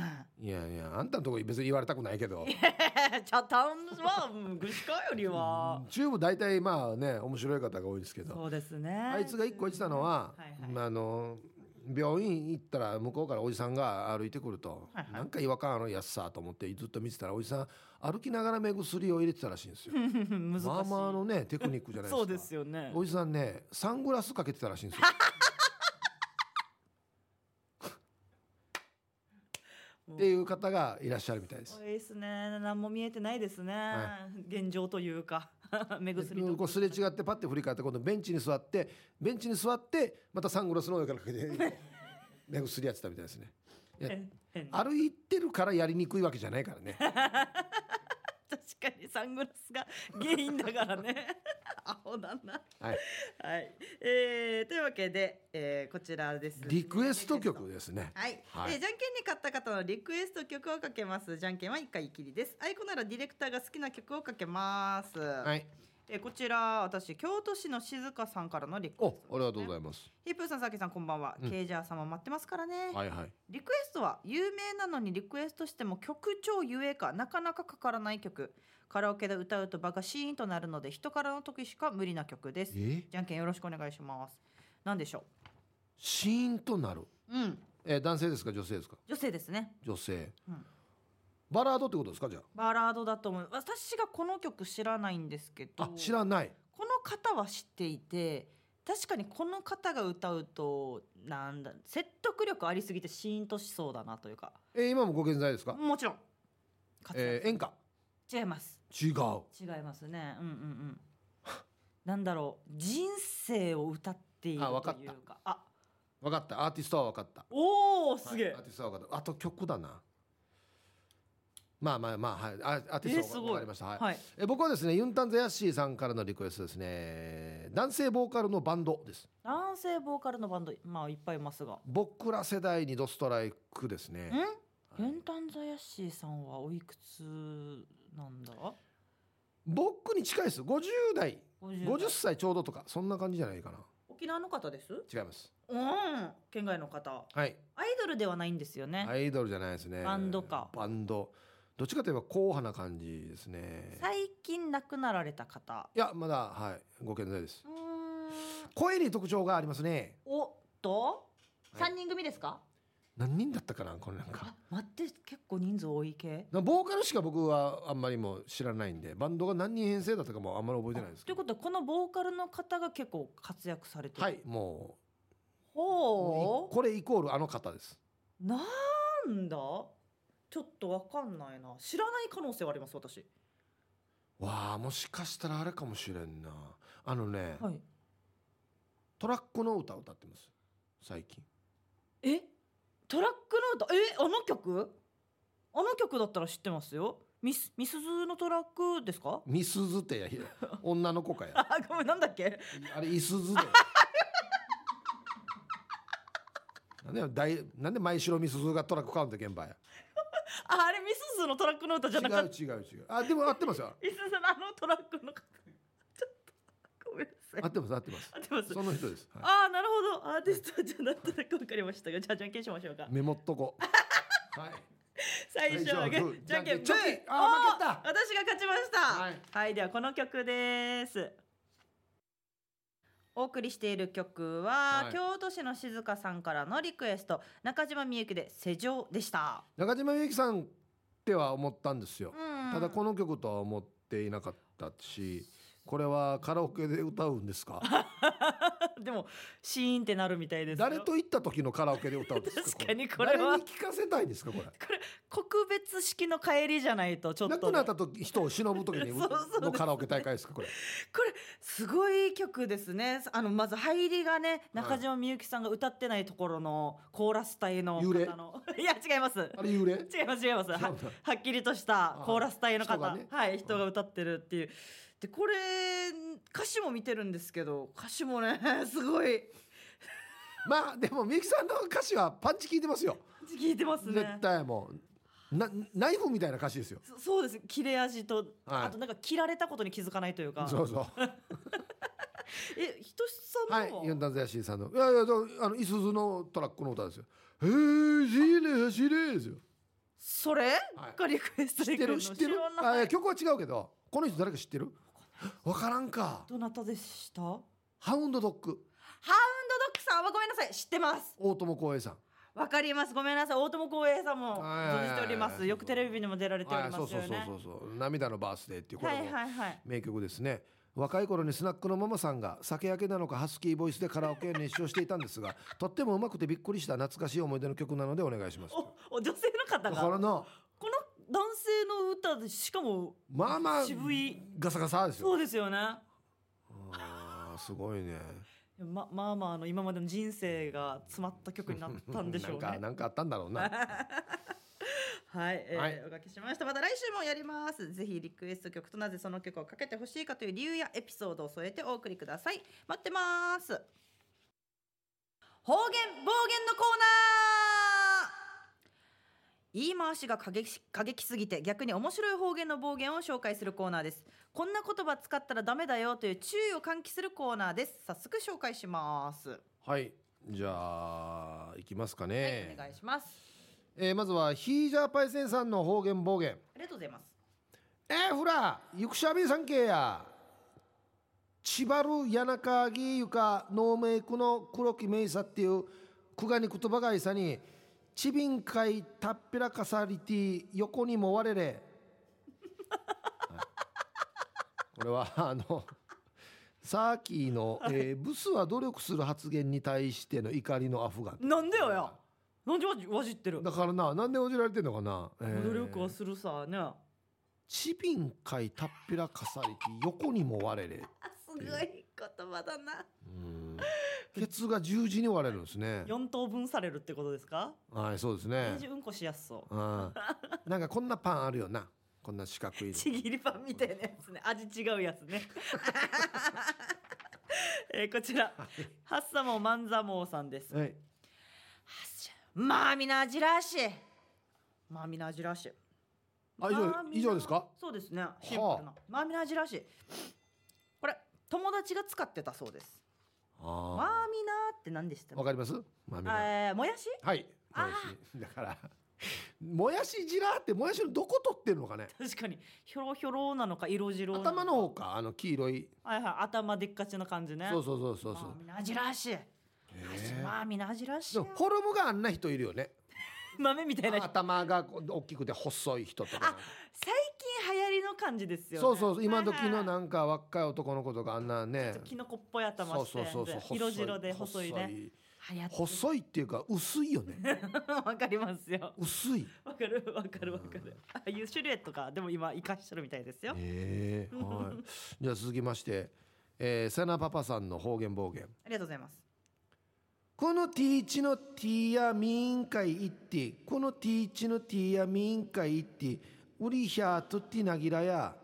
いやいや、あんたのとこ別に言われたくないけどチャタンは串川よりは中部大体まあね面白い方が多いですけど、 そうですね。 あいつが一個言ってたのは、はいはい、あの病院行ったら向こうからおじさんが歩いてくると、はいはい、なんか違和感あるやつさと思ってずっと見てたら、おじさん歩きながら目薬を入れてたらしいんですよ。まあまあのねテクニックじゃないですか。 そうですよね。 おじさんねサングラスかけてたらしいんですよ。っていう方がいらっしゃるみたいです。 いいですね。何も見えてないですね、はい、現状というか目薬とこうすれ違ってパッて振り返って今度ベンチに座ってベンチに座ってまたサングラスの上からかけて目薬やってたみたいですね。いや歩いてるからやりにくいわけじゃないからね。 確かにサングラスが原因だからね。アホだな。はい、はい、えー、というわけで、えー、こちらです、ね、 リクエスト曲ですね。 はい、はい、えー、じゃんけんに勝った方のリクエスト曲をかけます。じゃんけんはいっかいきりです。あいこならディレクターが好きな曲をかけます。はい、えー、こちら私京都市の静香さんからのリクエスト、ね、 お、ありがとうございます。 ヒップーさん、さきさん、こんばんは、うん、ケイジャー様待ってますからね。 はいはい。 リクエストは有名なのにリクエストしても曲調ゆえかなかなかかからない曲、カラオケで歌うと場がシーンとなるので人からの時しか無理な曲です。じゃんけんよろしくお願いします。何でしょう。 シーンとなる、うん、えー、男性ですか女性ですか。 女性ですね。 女性、うん、バラードってことですか。じゃあバラードだと思う。私がこの曲知らないんですけど。 あ、知らない。 この方は知っていて、確かにこの方が歌うとなんだ説得力ありすぎてシーンとしそうだなというか。 えー、今もご健在ですか。 もちろん。 えー、演歌。 違います。 違う。 違いますね。うんうんうん。なんだろう、人生を歌っているというか。あ、分かった。あ、 分かった。アーティストは分かった。 おお、すげえ、はい。 アーティストは分かった。あと曲だな。まあまあまあ、はい、アーティストは分かりました。えー、はいはい、え僕はですねユンタンザヤッシーさんからのリクエストですね。男性ボーカルのバンドです。 男性ボーカルのバンド、まあいっぱいいますが、 僕ら世代にドストライクですね。 ん、はい、ユンタンザヤッシーさんはおいくつなんだ。 僕に近いです。ごじゅう代、ごじゅっさいちょうどとかそんな感じじゃないかな。 沖縄の方です。 違います。 うん、県外の方。 はい。 アイドルではないんですよね。 アイドルじゃないですね。 バンドか。 バンド。どっちかといえば硬派な感じですね。 最近亡くなられた方。 いやまだ、はい、ご健在です。うーん、声に特徴がありますね。 おっと、はい、さんにん組ですか。 何人だったかなこれなんか。 あ待って結構人数多い系ボーカルしか僕はあんまりもう知らないんでバンドが何人編成だったかもあんまり覚えてないですけど。 ということはこのボーカルの方が結構活躍されてる。 はいもうほうこれイコールあの方です。 なんだちょっとわかんないな。知らない可能性はあります私。 わあもしかしたらあれかもしれんな。あのね、 はい、 トラックの歌を歌ってます最近。 えトラックの歌えあの曲あの曲だったら知ってますよ。ミスミスズのトラックですか。 ミスズってや女の子かやあごめんなんだっけあれイスズでなんで大なんで前城ミスズがトラック買うんだ現場や。 ああれミスズのトラックの歌じゃなかった。 違う違う違う。あでも合ってますよ。 ミスズのあのトラックの方ちょっとごめんなさい。 合ってます合ってます合ってますその人です、はい、 ああなるほどアーティストじゃなんとなく分かりましたがじゃあじゃんけんしましょうか。 メモっとこはい最初はグ最初はグーーじゃんけんブーじゃんけんチョキあー負けたおー私が勝ちました。 ははいい、ではこの曲です。お送りしている曲は、 はい京都市の静香さんからのリクエスト中島みゆきで世情でした。 中島みゆきさんっては思ったんですよ。 うんただこの曲とは思っていなかったし、これはカラオケで歌うんですか？ でもシーンってなるみたいですよ。 誰と行った時のカラオケで歌うんですか？ 確かにこれは誰に聞かせたいんですかこれ？ これ告別式の帰りじゃないとちょっと、ね、 亡くなった時人を忍ぶ時にそうそうですのカラオケ大会ですかこれ？ これすごい曲ですね。あのまず入りがね中島みゆきさんが歌ってないところのコーラス隊の幽霊方のいや違いますあれ幽霊？ 違います違いますは違うんだはっきりとしたコーラス隊の方人がねはい人が歌ってるっていうでこれ歌詞も見てるんですけど歌詞もねすごいまあでもみゆきさんの歌詞はパンチ効いてますよ聞いてますね。 絶対もうなナイフみたいな歌詞ですよ。 そそうです切れ味と、 はいあとなんか切られたことに気づかないというかそうそうえひとしさんのはいユンタンザヤシーさんのいやいやあのイスズのトラックの歌ですよ。へえしれしれですよ。 それ、 はいがリクエスト知ってで来るのる知ってる知らないあいや曲は違うけどこの人誰か知ってる？わからんか。 どなたでした？ハウンハウンドドッグドドッグさんはごめんなさい知ってます。 大友光栄さん。 わかりますごめんなさい大友光栄さんもはいはいはい存じております。よくテレビにも出られておりますよね。 はい、そうそうそうそうそう涙のバースデーっていうこはいれもはいはい名曲ですね。若い頃にスナックのママさんが酒焼けなのかハスキーボイスでカラオケを熱唱していたんですがとってもうまくてびっくりした懐かしい思い出の曲なのでお願いします。 おお女性の方だがからなこの男性の歌でしかもまあまあ渋いガサガサですよ。 そうですよね。 あーすごいね。 ままあまああの今までの人生が詰まった曲になったんでしょうね。 なんかなんかあったんだろうな。 はい、えーはいお書きしました。また来週もやります。ぜひリクエスト曲となぜその曲をかけてほしいかという理由やエピソードを添えてお送りください。待ってます。方言暴言のコーナー。言い回しが過激、過激すぎて逆に面白い方言の暴言を紹介するコーナーです。こんな言葉使ったらダメだよという注意を喚起するコーナーです。早速紹介します。 はいじゃあいきますかね。 はい、お願いします。 えーまずはヒージャーパイセンさんの方言暴言。 ありがとうございます。 えー、フラゆくしゃびさんけや千葉るやなかぎゆかノーメイクの黒木メイサっていうくがに言葉がいさにちびんかいたっぺらかさりてぃ横にも我れれ、はい、これはあのサーキーの、えーブスは努力する発言に対しての怒りのアフガン。 なんでよや。なんでわじわじってる。 だからななんでおじられてんのかな、えー努力はするさね。 ちびんかいたっぺらかさりてぃ横にも我れれ。 あすごい言葉だな。 うんケツが十字に割れるんですね。 四等分されるってことですか。 はいそうですねマジうんこしやすそう。 うんなんかこんなパンあるよなこんな四角いのちぎりパンみたいなやつね。味違うやつね。えーこちらハッサモマンザモーさんです。 はいまあみなじらし。まあみなじらし。 あ以上まあみな以上ですか。 そうですね。シンプルな。 はあまあみなじらし。これ友達が使ってたそうです。まああみなって何でしたあわかります。まあみんなえー、もやしはいあもやしだからもやしじらってもやしのどこ取ってるのかね。 確かにひょろひょろなのか色白なのか頭の方かあの黄色い。 はいはい頭でっかちな感じね。 そうそうそうそうそうまあみなじらしい。 へえまあみなじらしいでもフォルムがあんな人いるよね。 豆みたいな。 頭が大きくて細い人とか。 あ、最近流行りの感じですよね。 そうそうそう、今時のはいはいなんか若い男の子とかあんなね、 キノコっぽい頭して、 そうそうそうそう、 色白で細いね。 細い流行ってる。 細いっていうか薄いよね。 わかりますよ。 薄い。 わかるわかるわかる。ああいうシルエットかでも今生かしてるみたいですよ。 ええ、はい。じゃあ続きまして、えー、セナパパさんの方言暴言。 ありがとうございます。 このティーチのティーやミーン会行って、このティーチのティーやミーン会行って、ウリヒャーとってなぎらや。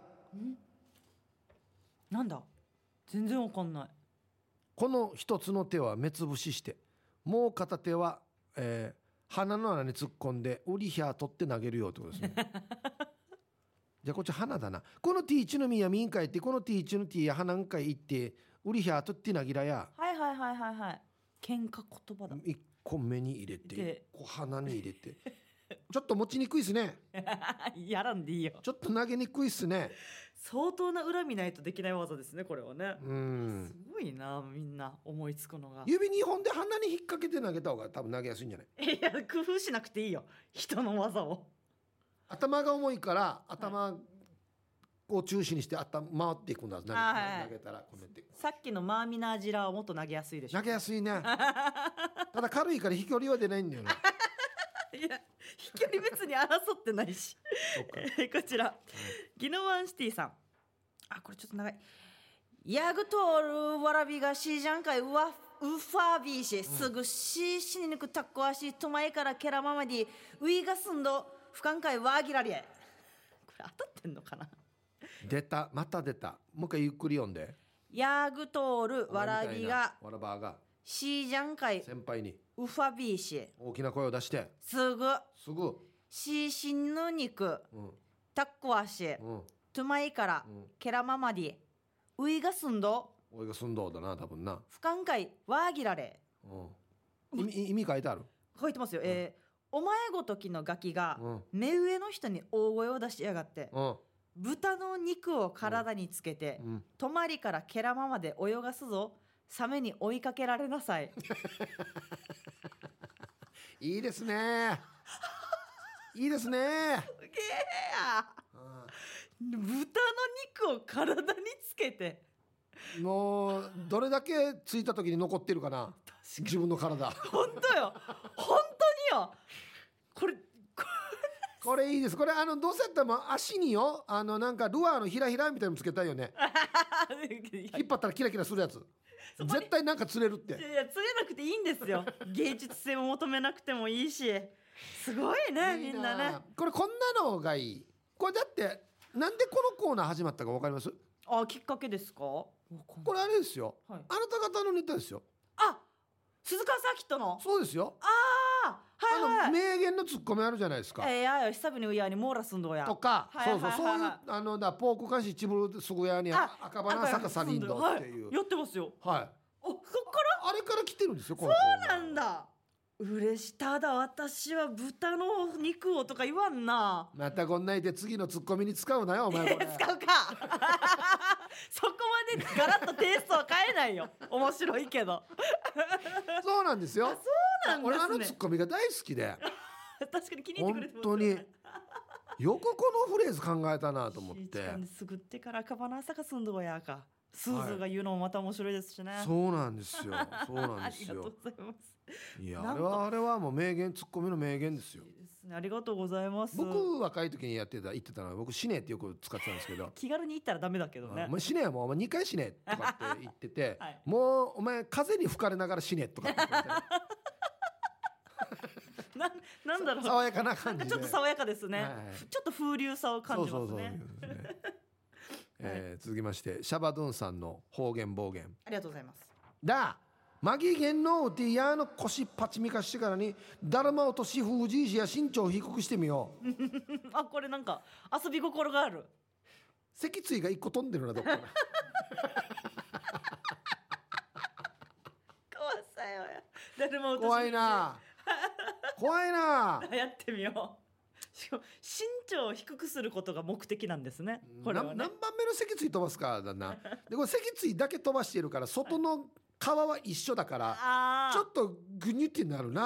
なんだ、全然わかんない。 この一つの手は目つぶしして、もう片手は、えー、鼻の穴に突っ込んでウリヒャー取って投げるよってことですね。じゃあこっち鼻だな。このティーチのミーやミーン会行って、このティーチのティーや鼻ん会行って、ウリヒャーとってなぎらや。 はいはいはいはいはい。喧嘩言葉だ。 一個目に入れて、 で一個鼻に入れて。ちょっと持ちにくいですね。 やらんでいいよ。 ちょっと投げにくいっすね。 相当な恨みないとできない技ですね、これはね。 うん。 すごいな、みんな思いつくのが。 指にほんで鼻に引っ掛けて投げた方が多分投げやすいんじゃない？ いや、工夫しなくていいよ、人の技を。 頭が重いから頭を中心にして頭回っていくんだ。投げ、 あ、はいはい、 投げたらこうやってさっきのマーミナージラはもっと投げやすいでしょ。 投げやすいね。ただ軽いから飛距離は出ないんだよね。 いや、飛距離別に争ってないし。えーこちら、ギノワンシティさん。あ、これちょっと長い。ヤグトールワラビがシージャンカイウワウファービーシ、すぐシーシに抜くタッコアシトマイからケラママディウイガスンド不寛解ワーギラリエ。これ当たってんのかな。 出た、また出た。もう一回ゆっくり読んで。 ヤグトールワラビがワラバーがシージャンカイ先輩にウファビーシ、 大きな声を出してすぐすぐ、 シーシンの肉うんタッコアシうんトゥマイからうん、 ケラママディウイガスンドおいが寸胴だな多分な。 不寛解ワーギラレ。 うん、意味意味書いてある。 書いてますよ、えーお前ごときのガキがうん目上の人に大声を出しやがってうん豚の肉を体につけてうん。 泊まりからケラマまで泳がすぞ、サメに追いかけられなさい。 いいですね。いいですね。 すげえや、豚の肉を体につけて。 もうどれだけついた時に残ってるかな。自分の体。 本当よ、本当によ。これこれいいです。これあのどうせやったら足によ、あのなんかルアーのひらひらみたいなのつけたいよね。引っ張ったらキラキラするやつ。絶対なんか釣れるって。 いや、釣れなくていいんですよ。芸術性を求めなくてもいいし、すごいね、 いいみんなね。 これこんなのがいい。これだってなんでこのコーナー始まったかわかります？ あ、きっかけですか。ここれあれですよ、 はい、 あなた方のネタですよ。 あ、鈴鹿サーキットの。 そうですよ。 ああ、はいはい、 あの名言のツッコミあるじゃないですか。 えー、やよ久々にうやにモーラすんどやとか、 はいはいはいはい、 そうそうそういうあのだポーク監視チブルすぐやに赤花坂サリンドっていう、 はい、やってますよ。 はい。 お、そっからあれから来てるんですよ。 そうなんだ。嬉し、ただ私は豚の肉をとか言わんな。 またこんないで次のツッコミに使うなよお前これ。 使うか。そこまでガラッとテイストは変えないよ。面白いけど。 そうなんですよ。 そうなんですね。 俺あのツッコミが大好きで。 確かに気に入ってくれてますよ本当によくこのフレーズ考えたなと思って。 すぐってから赤花咲かすんどやか。スーズーが言うのもまた面白いですしね。 はい、そうなんですよ。そうなんですよ。 ありがとうございます。 いや、あれはあれはもう名言、ツッコミの名言ですよ。 いいですね、ありがとうございます。 僕若い時にやってた言ってたのは、僕死ねってよく使ってたんですけど。 気軽に言ったらダメだけどね。 お前死ねやもうお前にかい死ねとかって言ってて、 はい、 もうお前風に吹かれながら死ねとかって言ってて。 な, なんだろう、 爽やかな感じで。 ちょっと爽やかですね。 はいはい、 ちょっと風流さを感じますね。そうそうそうね。えー、続きましてシャバドゥンさんの方言暴言。 ありがとうございます。 だマギゲンのティヤの腰パチミカしてからにだるま落とし封じ石や身長を低くしてみよう。 あ、これなんか遊び心がある。 脊椎が一個飛んでるなどっかな。 怖さよや。だるま落とし怖いな。怖いな。 やってみよう。しかも身長を低くすることが目的なんですね。これはね。 何番目の脊椎飛ばすかだな。でこれ脊椎だけ飛ばしているから外の皮は一緒だからちょっとグニュってなるな。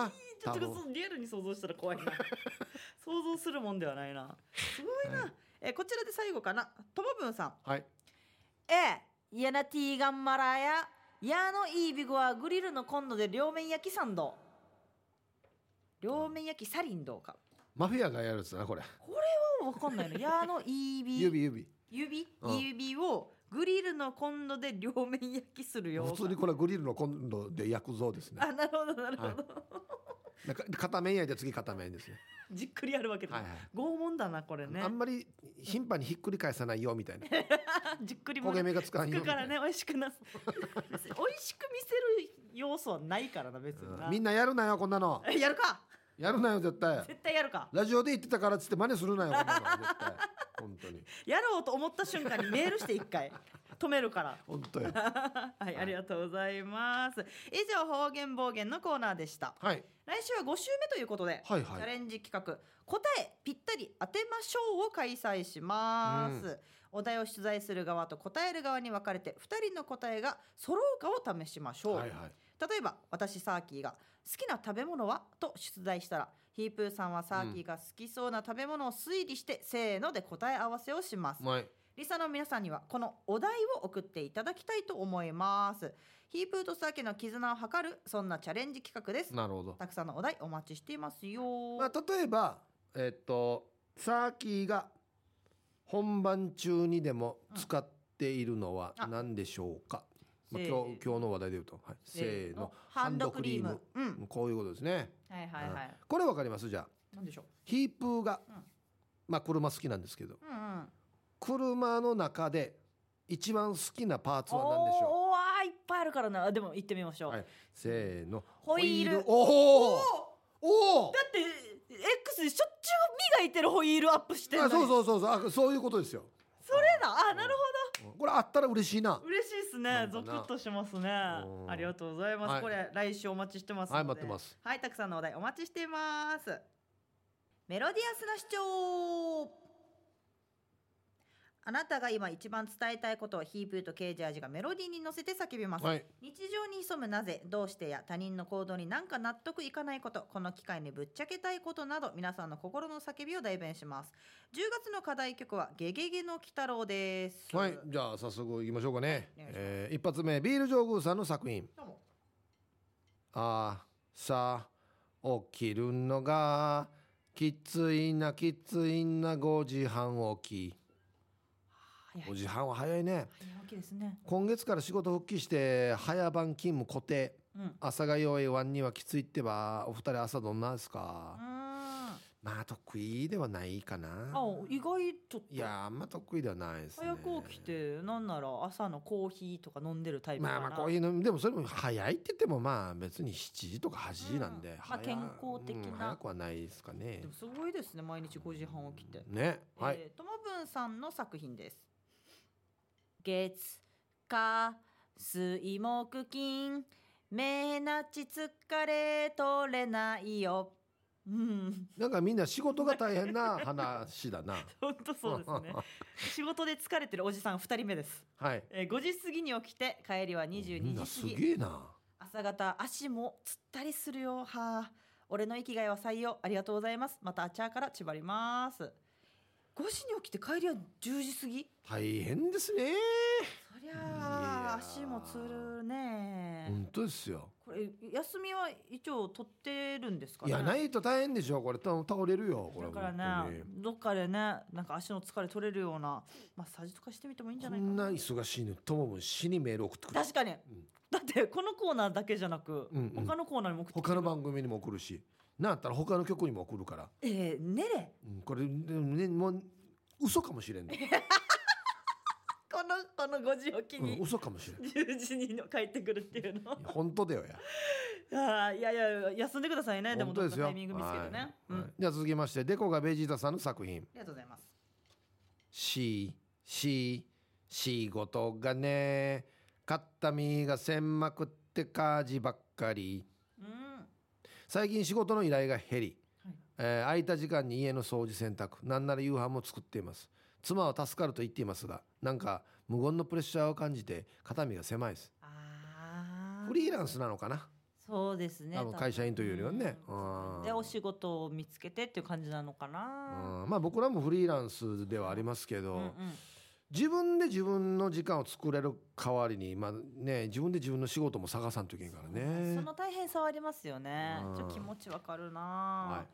ちょっと多分そうリアルに想像したら怖いな想像するもんではないな。すごいな、 はい、 えーこちらで最後かな。ともぶんさん、 はい、 えー、やなティーガンマラややのいいビゴはグリルのコンロで両面焼きサンド、両面焼きサリンどうか。 マフィアがやるやつなこれ。 これは分かんないのやのいいビ指指指うん指をグリルのコンロで両面焼きするようか。 普通にこれはグリルのコンロで焼くぞですね。 あ、なるほどなるほど、 はいなんか片面焼いて次片面ですね。 じっくりやるわけだ、 はいはい、 拷問だなこれね。 あんまり頻繁にひっくり返さないよみたいなじっくりも焦げ目がつかんつくよみたいな。 からね美味しくな別に美味しく見せる要素はないからな別にな、 うんみんなやるなよこんなの。 えやるかやるなよ絶対。 絶対やるか。 ラジオで言ってたからっつって真似するなよこんなの絶対。本当にやろうと思った瞬間にメールして一回止めるから本当よ。 はいありがとうございます。以上方言暴言のコーナーでした。 はい来週はご週目ということで、 はいはいチャレンジ企画答えぴったり当てましょうを開催します、 うんお題を出題する側と答える側に分かれてふたりの答えが揃うかを試しましょう、 はいはい例えば私サーキーが好きな食べ物はと出題したらヒープーさんはサーキーが好きそうな食べ物を推理して、せーので答え合わせをします、 はいリサの皆さんにはこのお題を送っていただきたいと思います。ヒープーとサーキーの絆を図るそんなチャレンジ企画です。 なるほど。 たくさんのお題お待ちしていますよ、 まあ、例えばえっとサーキーが本番中にでも使っているのはうんあ何でしょうか、まあ、 せー今日今日の話題で言うと、はい、せーのハンドクリーム、うん、 こういうことですね。 はいはいはい、 うんこれわかります？じゃあなんでしょう。 ヒープーが、 うんまあ車好きなんですけど、 うんうん、 車の中で一番好きなパーツは何でしょおーおーいっぱいあるからな。でも行ってみましょう、 う？はい、せーのホイールおおおおおだって X でしょっちゅう磨いてるホイールアップしてるのに。 あそうそうそうそうあそういうことですよ。 それだ。あ、なるほこれあったら嬉しいな。 ど、嬉しいですね。ゾクなんかなッとしますね。 うんありがとうございます、 はいこれ来週お待ちしてますので、 はい待ってます。 はい、たくさんのお題お待ちしています。メロディアスな主張。あなたが今一番伝えたいことをヒープーとケージャージがメロディーに乗せて叫びます、 はい日常に潜むなぜどうしてや他人の行動になんか納得いかないこと、この機会にぶっちゃけたいことなど皆さんの心の叫びを代弁します。じゅうがつの課題曲はゲゲゲの鬼太郎です。 はい、じゃあ早速いきましょうかね。 お願いしますえー一発目ビール上宮さんの作品。 どうも。 あさ起きるのがきついなきついなごじはん起き。 早いごじはんは早いね。 早起きですね。 今月から仕事復帰して早番勤務固定。 うん朝が弱いワンにはきついってば。お二人朝どんなですか？ うーんまあ得意ではないかな。 あ、意外ちょっといやあんま得意ではないですね。 早く起きてなんなら朝のコーヒーとか飲んでるタイプかな。 まあまあコーヒー飲むでもそれも早いって言ってもまあ別にしちじとかはちじなんで、 うんまあ早健康的なうん早くはないですかねでも。すごいですね、毎日ごじはん起きて。 ねはい、 えーともぶんさんの作品です。月火水木金目なち疲れ取れないよ。うんなんかみんな仕事が大変な話だな。 本当そうですね仕事で疲れてるおじさんふたりめです、 はい。 えー、ごじ過ぎに起きて帰りはにじゅうにみんなすじ過ぎ。 げえな。 朝方足もつったりするよ。はあ、俺の生きがいは採用ありがとうございます。またあちらからちばります。ごじに起きて帰りはじゅうじ過ぎ。 大変ですね。 そりゃいやあー足もつるね。 本当ですよ。 これ休みは一応取ってるんですかね。 いやないと大変でしょこれ。た倒れるよこれ。 だから本当ねにどっかでねなんか足の疲れ取れるようなマッサージとかしてみてもいいんじゃこないかな。 んな忙しいのともも死にメール送ってくる。 確かに、 んだってこのコーナーだけじゃなく、 うんうん他のコーナーにも送ってきて他の番組にも送るし、なんやったら他の曲にも送るから。 えー、ねれうんこれ、ね、もう嘘かもしれんね。 このこのごじ起きうん、 に、 嘘かもしれん。いじゅうじに帰ってくるっていうのや本当だよや。 あーいやいや休んでくださいね。でも本当ですよ。 どっかタイミング見つけてね、 はいうんはいじゃあ続きましてデコがベジータさんの作品。 ありがとうございます。 しし仕事がね買った身がせんまくって家事ばっかり。 うん最近仕事の依頼が減り、 はいえー空いた時間に家の掃除洗濯なんなら夕飯も作っています。妻は助かると言っていますがなんか無言のプレッシャーを感じて肩身が狭いです。 あーフリーランスなのかな。 そそうですね、 多分会社員というよりはね、 うんうん、 でお仕事を見つけてっていう感じなのかな、 うん、まあ僕らもフリーランスではありますけど、 うんうん、 自分で自分の時間を作れる代わりに、まあね、自分で自分の仕事も探さんといけんからね。 その大変さはありますよね、 うん、 ちょっと気持ちわかるな、 はい、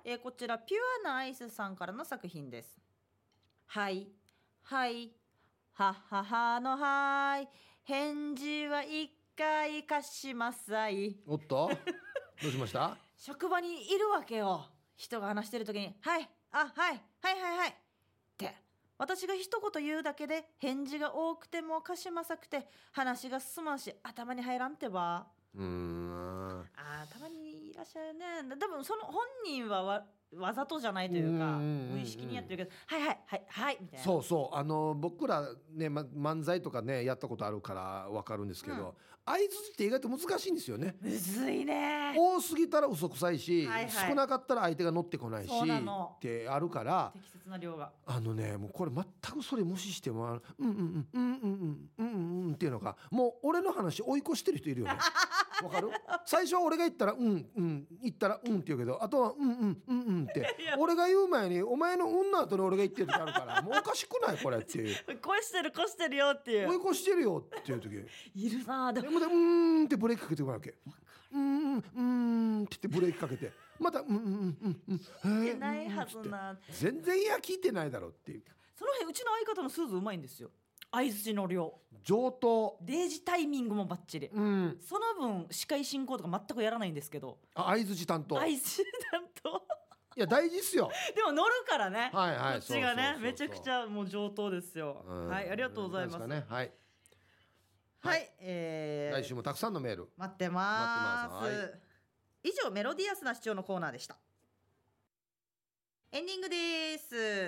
えー、こちらピュアなアイスさんからの作品です。はいはいはっははのはい返事は一回貸しますさい。 おっとどうしました職場にいるわけよ、人が話してる時にはいあはいはいはいはいって私が一言言うだけで返事が多くても貸しまさくて話が進まんし頭に入らんってば。 うーん、 あーたまにいらっしゃるね。多分その本人はわわざとじゃないというか無意識にやってるけどはいはいはいはいみたいな。 そうそう、あの僕らね、ま、漫才とかねやったことあるから分かるんですけど、うん、相づちって意外と難しいんですよね。 むずいね。 多すぎたら嘘くさいし、 はいはい、 少なかったら相手が乗ってこないしってあるから、 適切な量があのねもうこれ全くそれ無視してもうんうんうんうんうんうんうんうんっていうのがもう俺の話追い越してる人いるよね。わかる？最初は俺が言ったらうんうん言ったらうんって言うけど、あとはうんうんうんうんって俺が言う前にお前のうんの後に俺が言ってる時あるからもうおかしくないこれっていう。 越してる越してるよっていう。 追い越してるよっていう時いるな。でもでうーんってブレーキかけてくるわけ。うんうんうんって言ってブレーキかけてまたうんうんうんうん聞いてないはずな。 全然いや聞いてないだろっていう。 その辺うちの相方のスーズうまいんですよ。相づちの量上等、 デージタイミングもバッチリ、うん、その分司会進行とか全くやらないんですけど、 あ相づち担当相づち担当いや大事っすよ。 でも乗るからね、 はいはい、 こっちがねめちゃくちゃもう上等ですよ。はいありがとうございます。 ね、はいはい、はい、えー、 来週もたくさんのメール待ってます。 待ってます、はい、 以上メロディアスな視聴のコーナーでした。エンディングです、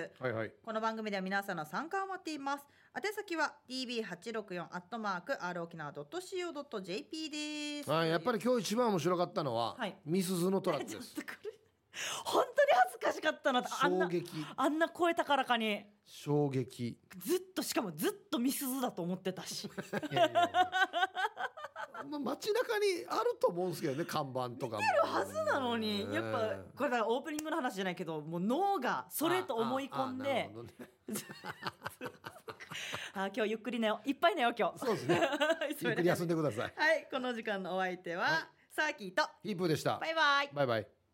はいはい、 この番組では皆さんの参加を待っています。宛先は ディービーはちろくよん アットマーク アール 沖縄 ドット シーオー ドット ジェーピー です。 はい、やっぱり今日一番面白かったのは、はい、ミスズのトラックです。 本当に恥ずかしかったな。 衝撃、 あんな声高らかに衝撃、 ずっとしかもずっとミスズだと思ってたしいやいやまあ、街中にあると思うんですけどね、看板とかも見てるはずなのに、やっぱこれだからオープニングの話じゃないけどもう脳がそれと思い込んであ今日ゆっくり寝よう、いっぱい寝よう今日。 そうですねゆっくり休んでください。 はい、この時間のお相手は、はい、サーキーとヒープーでした。 バイバイバイバイ。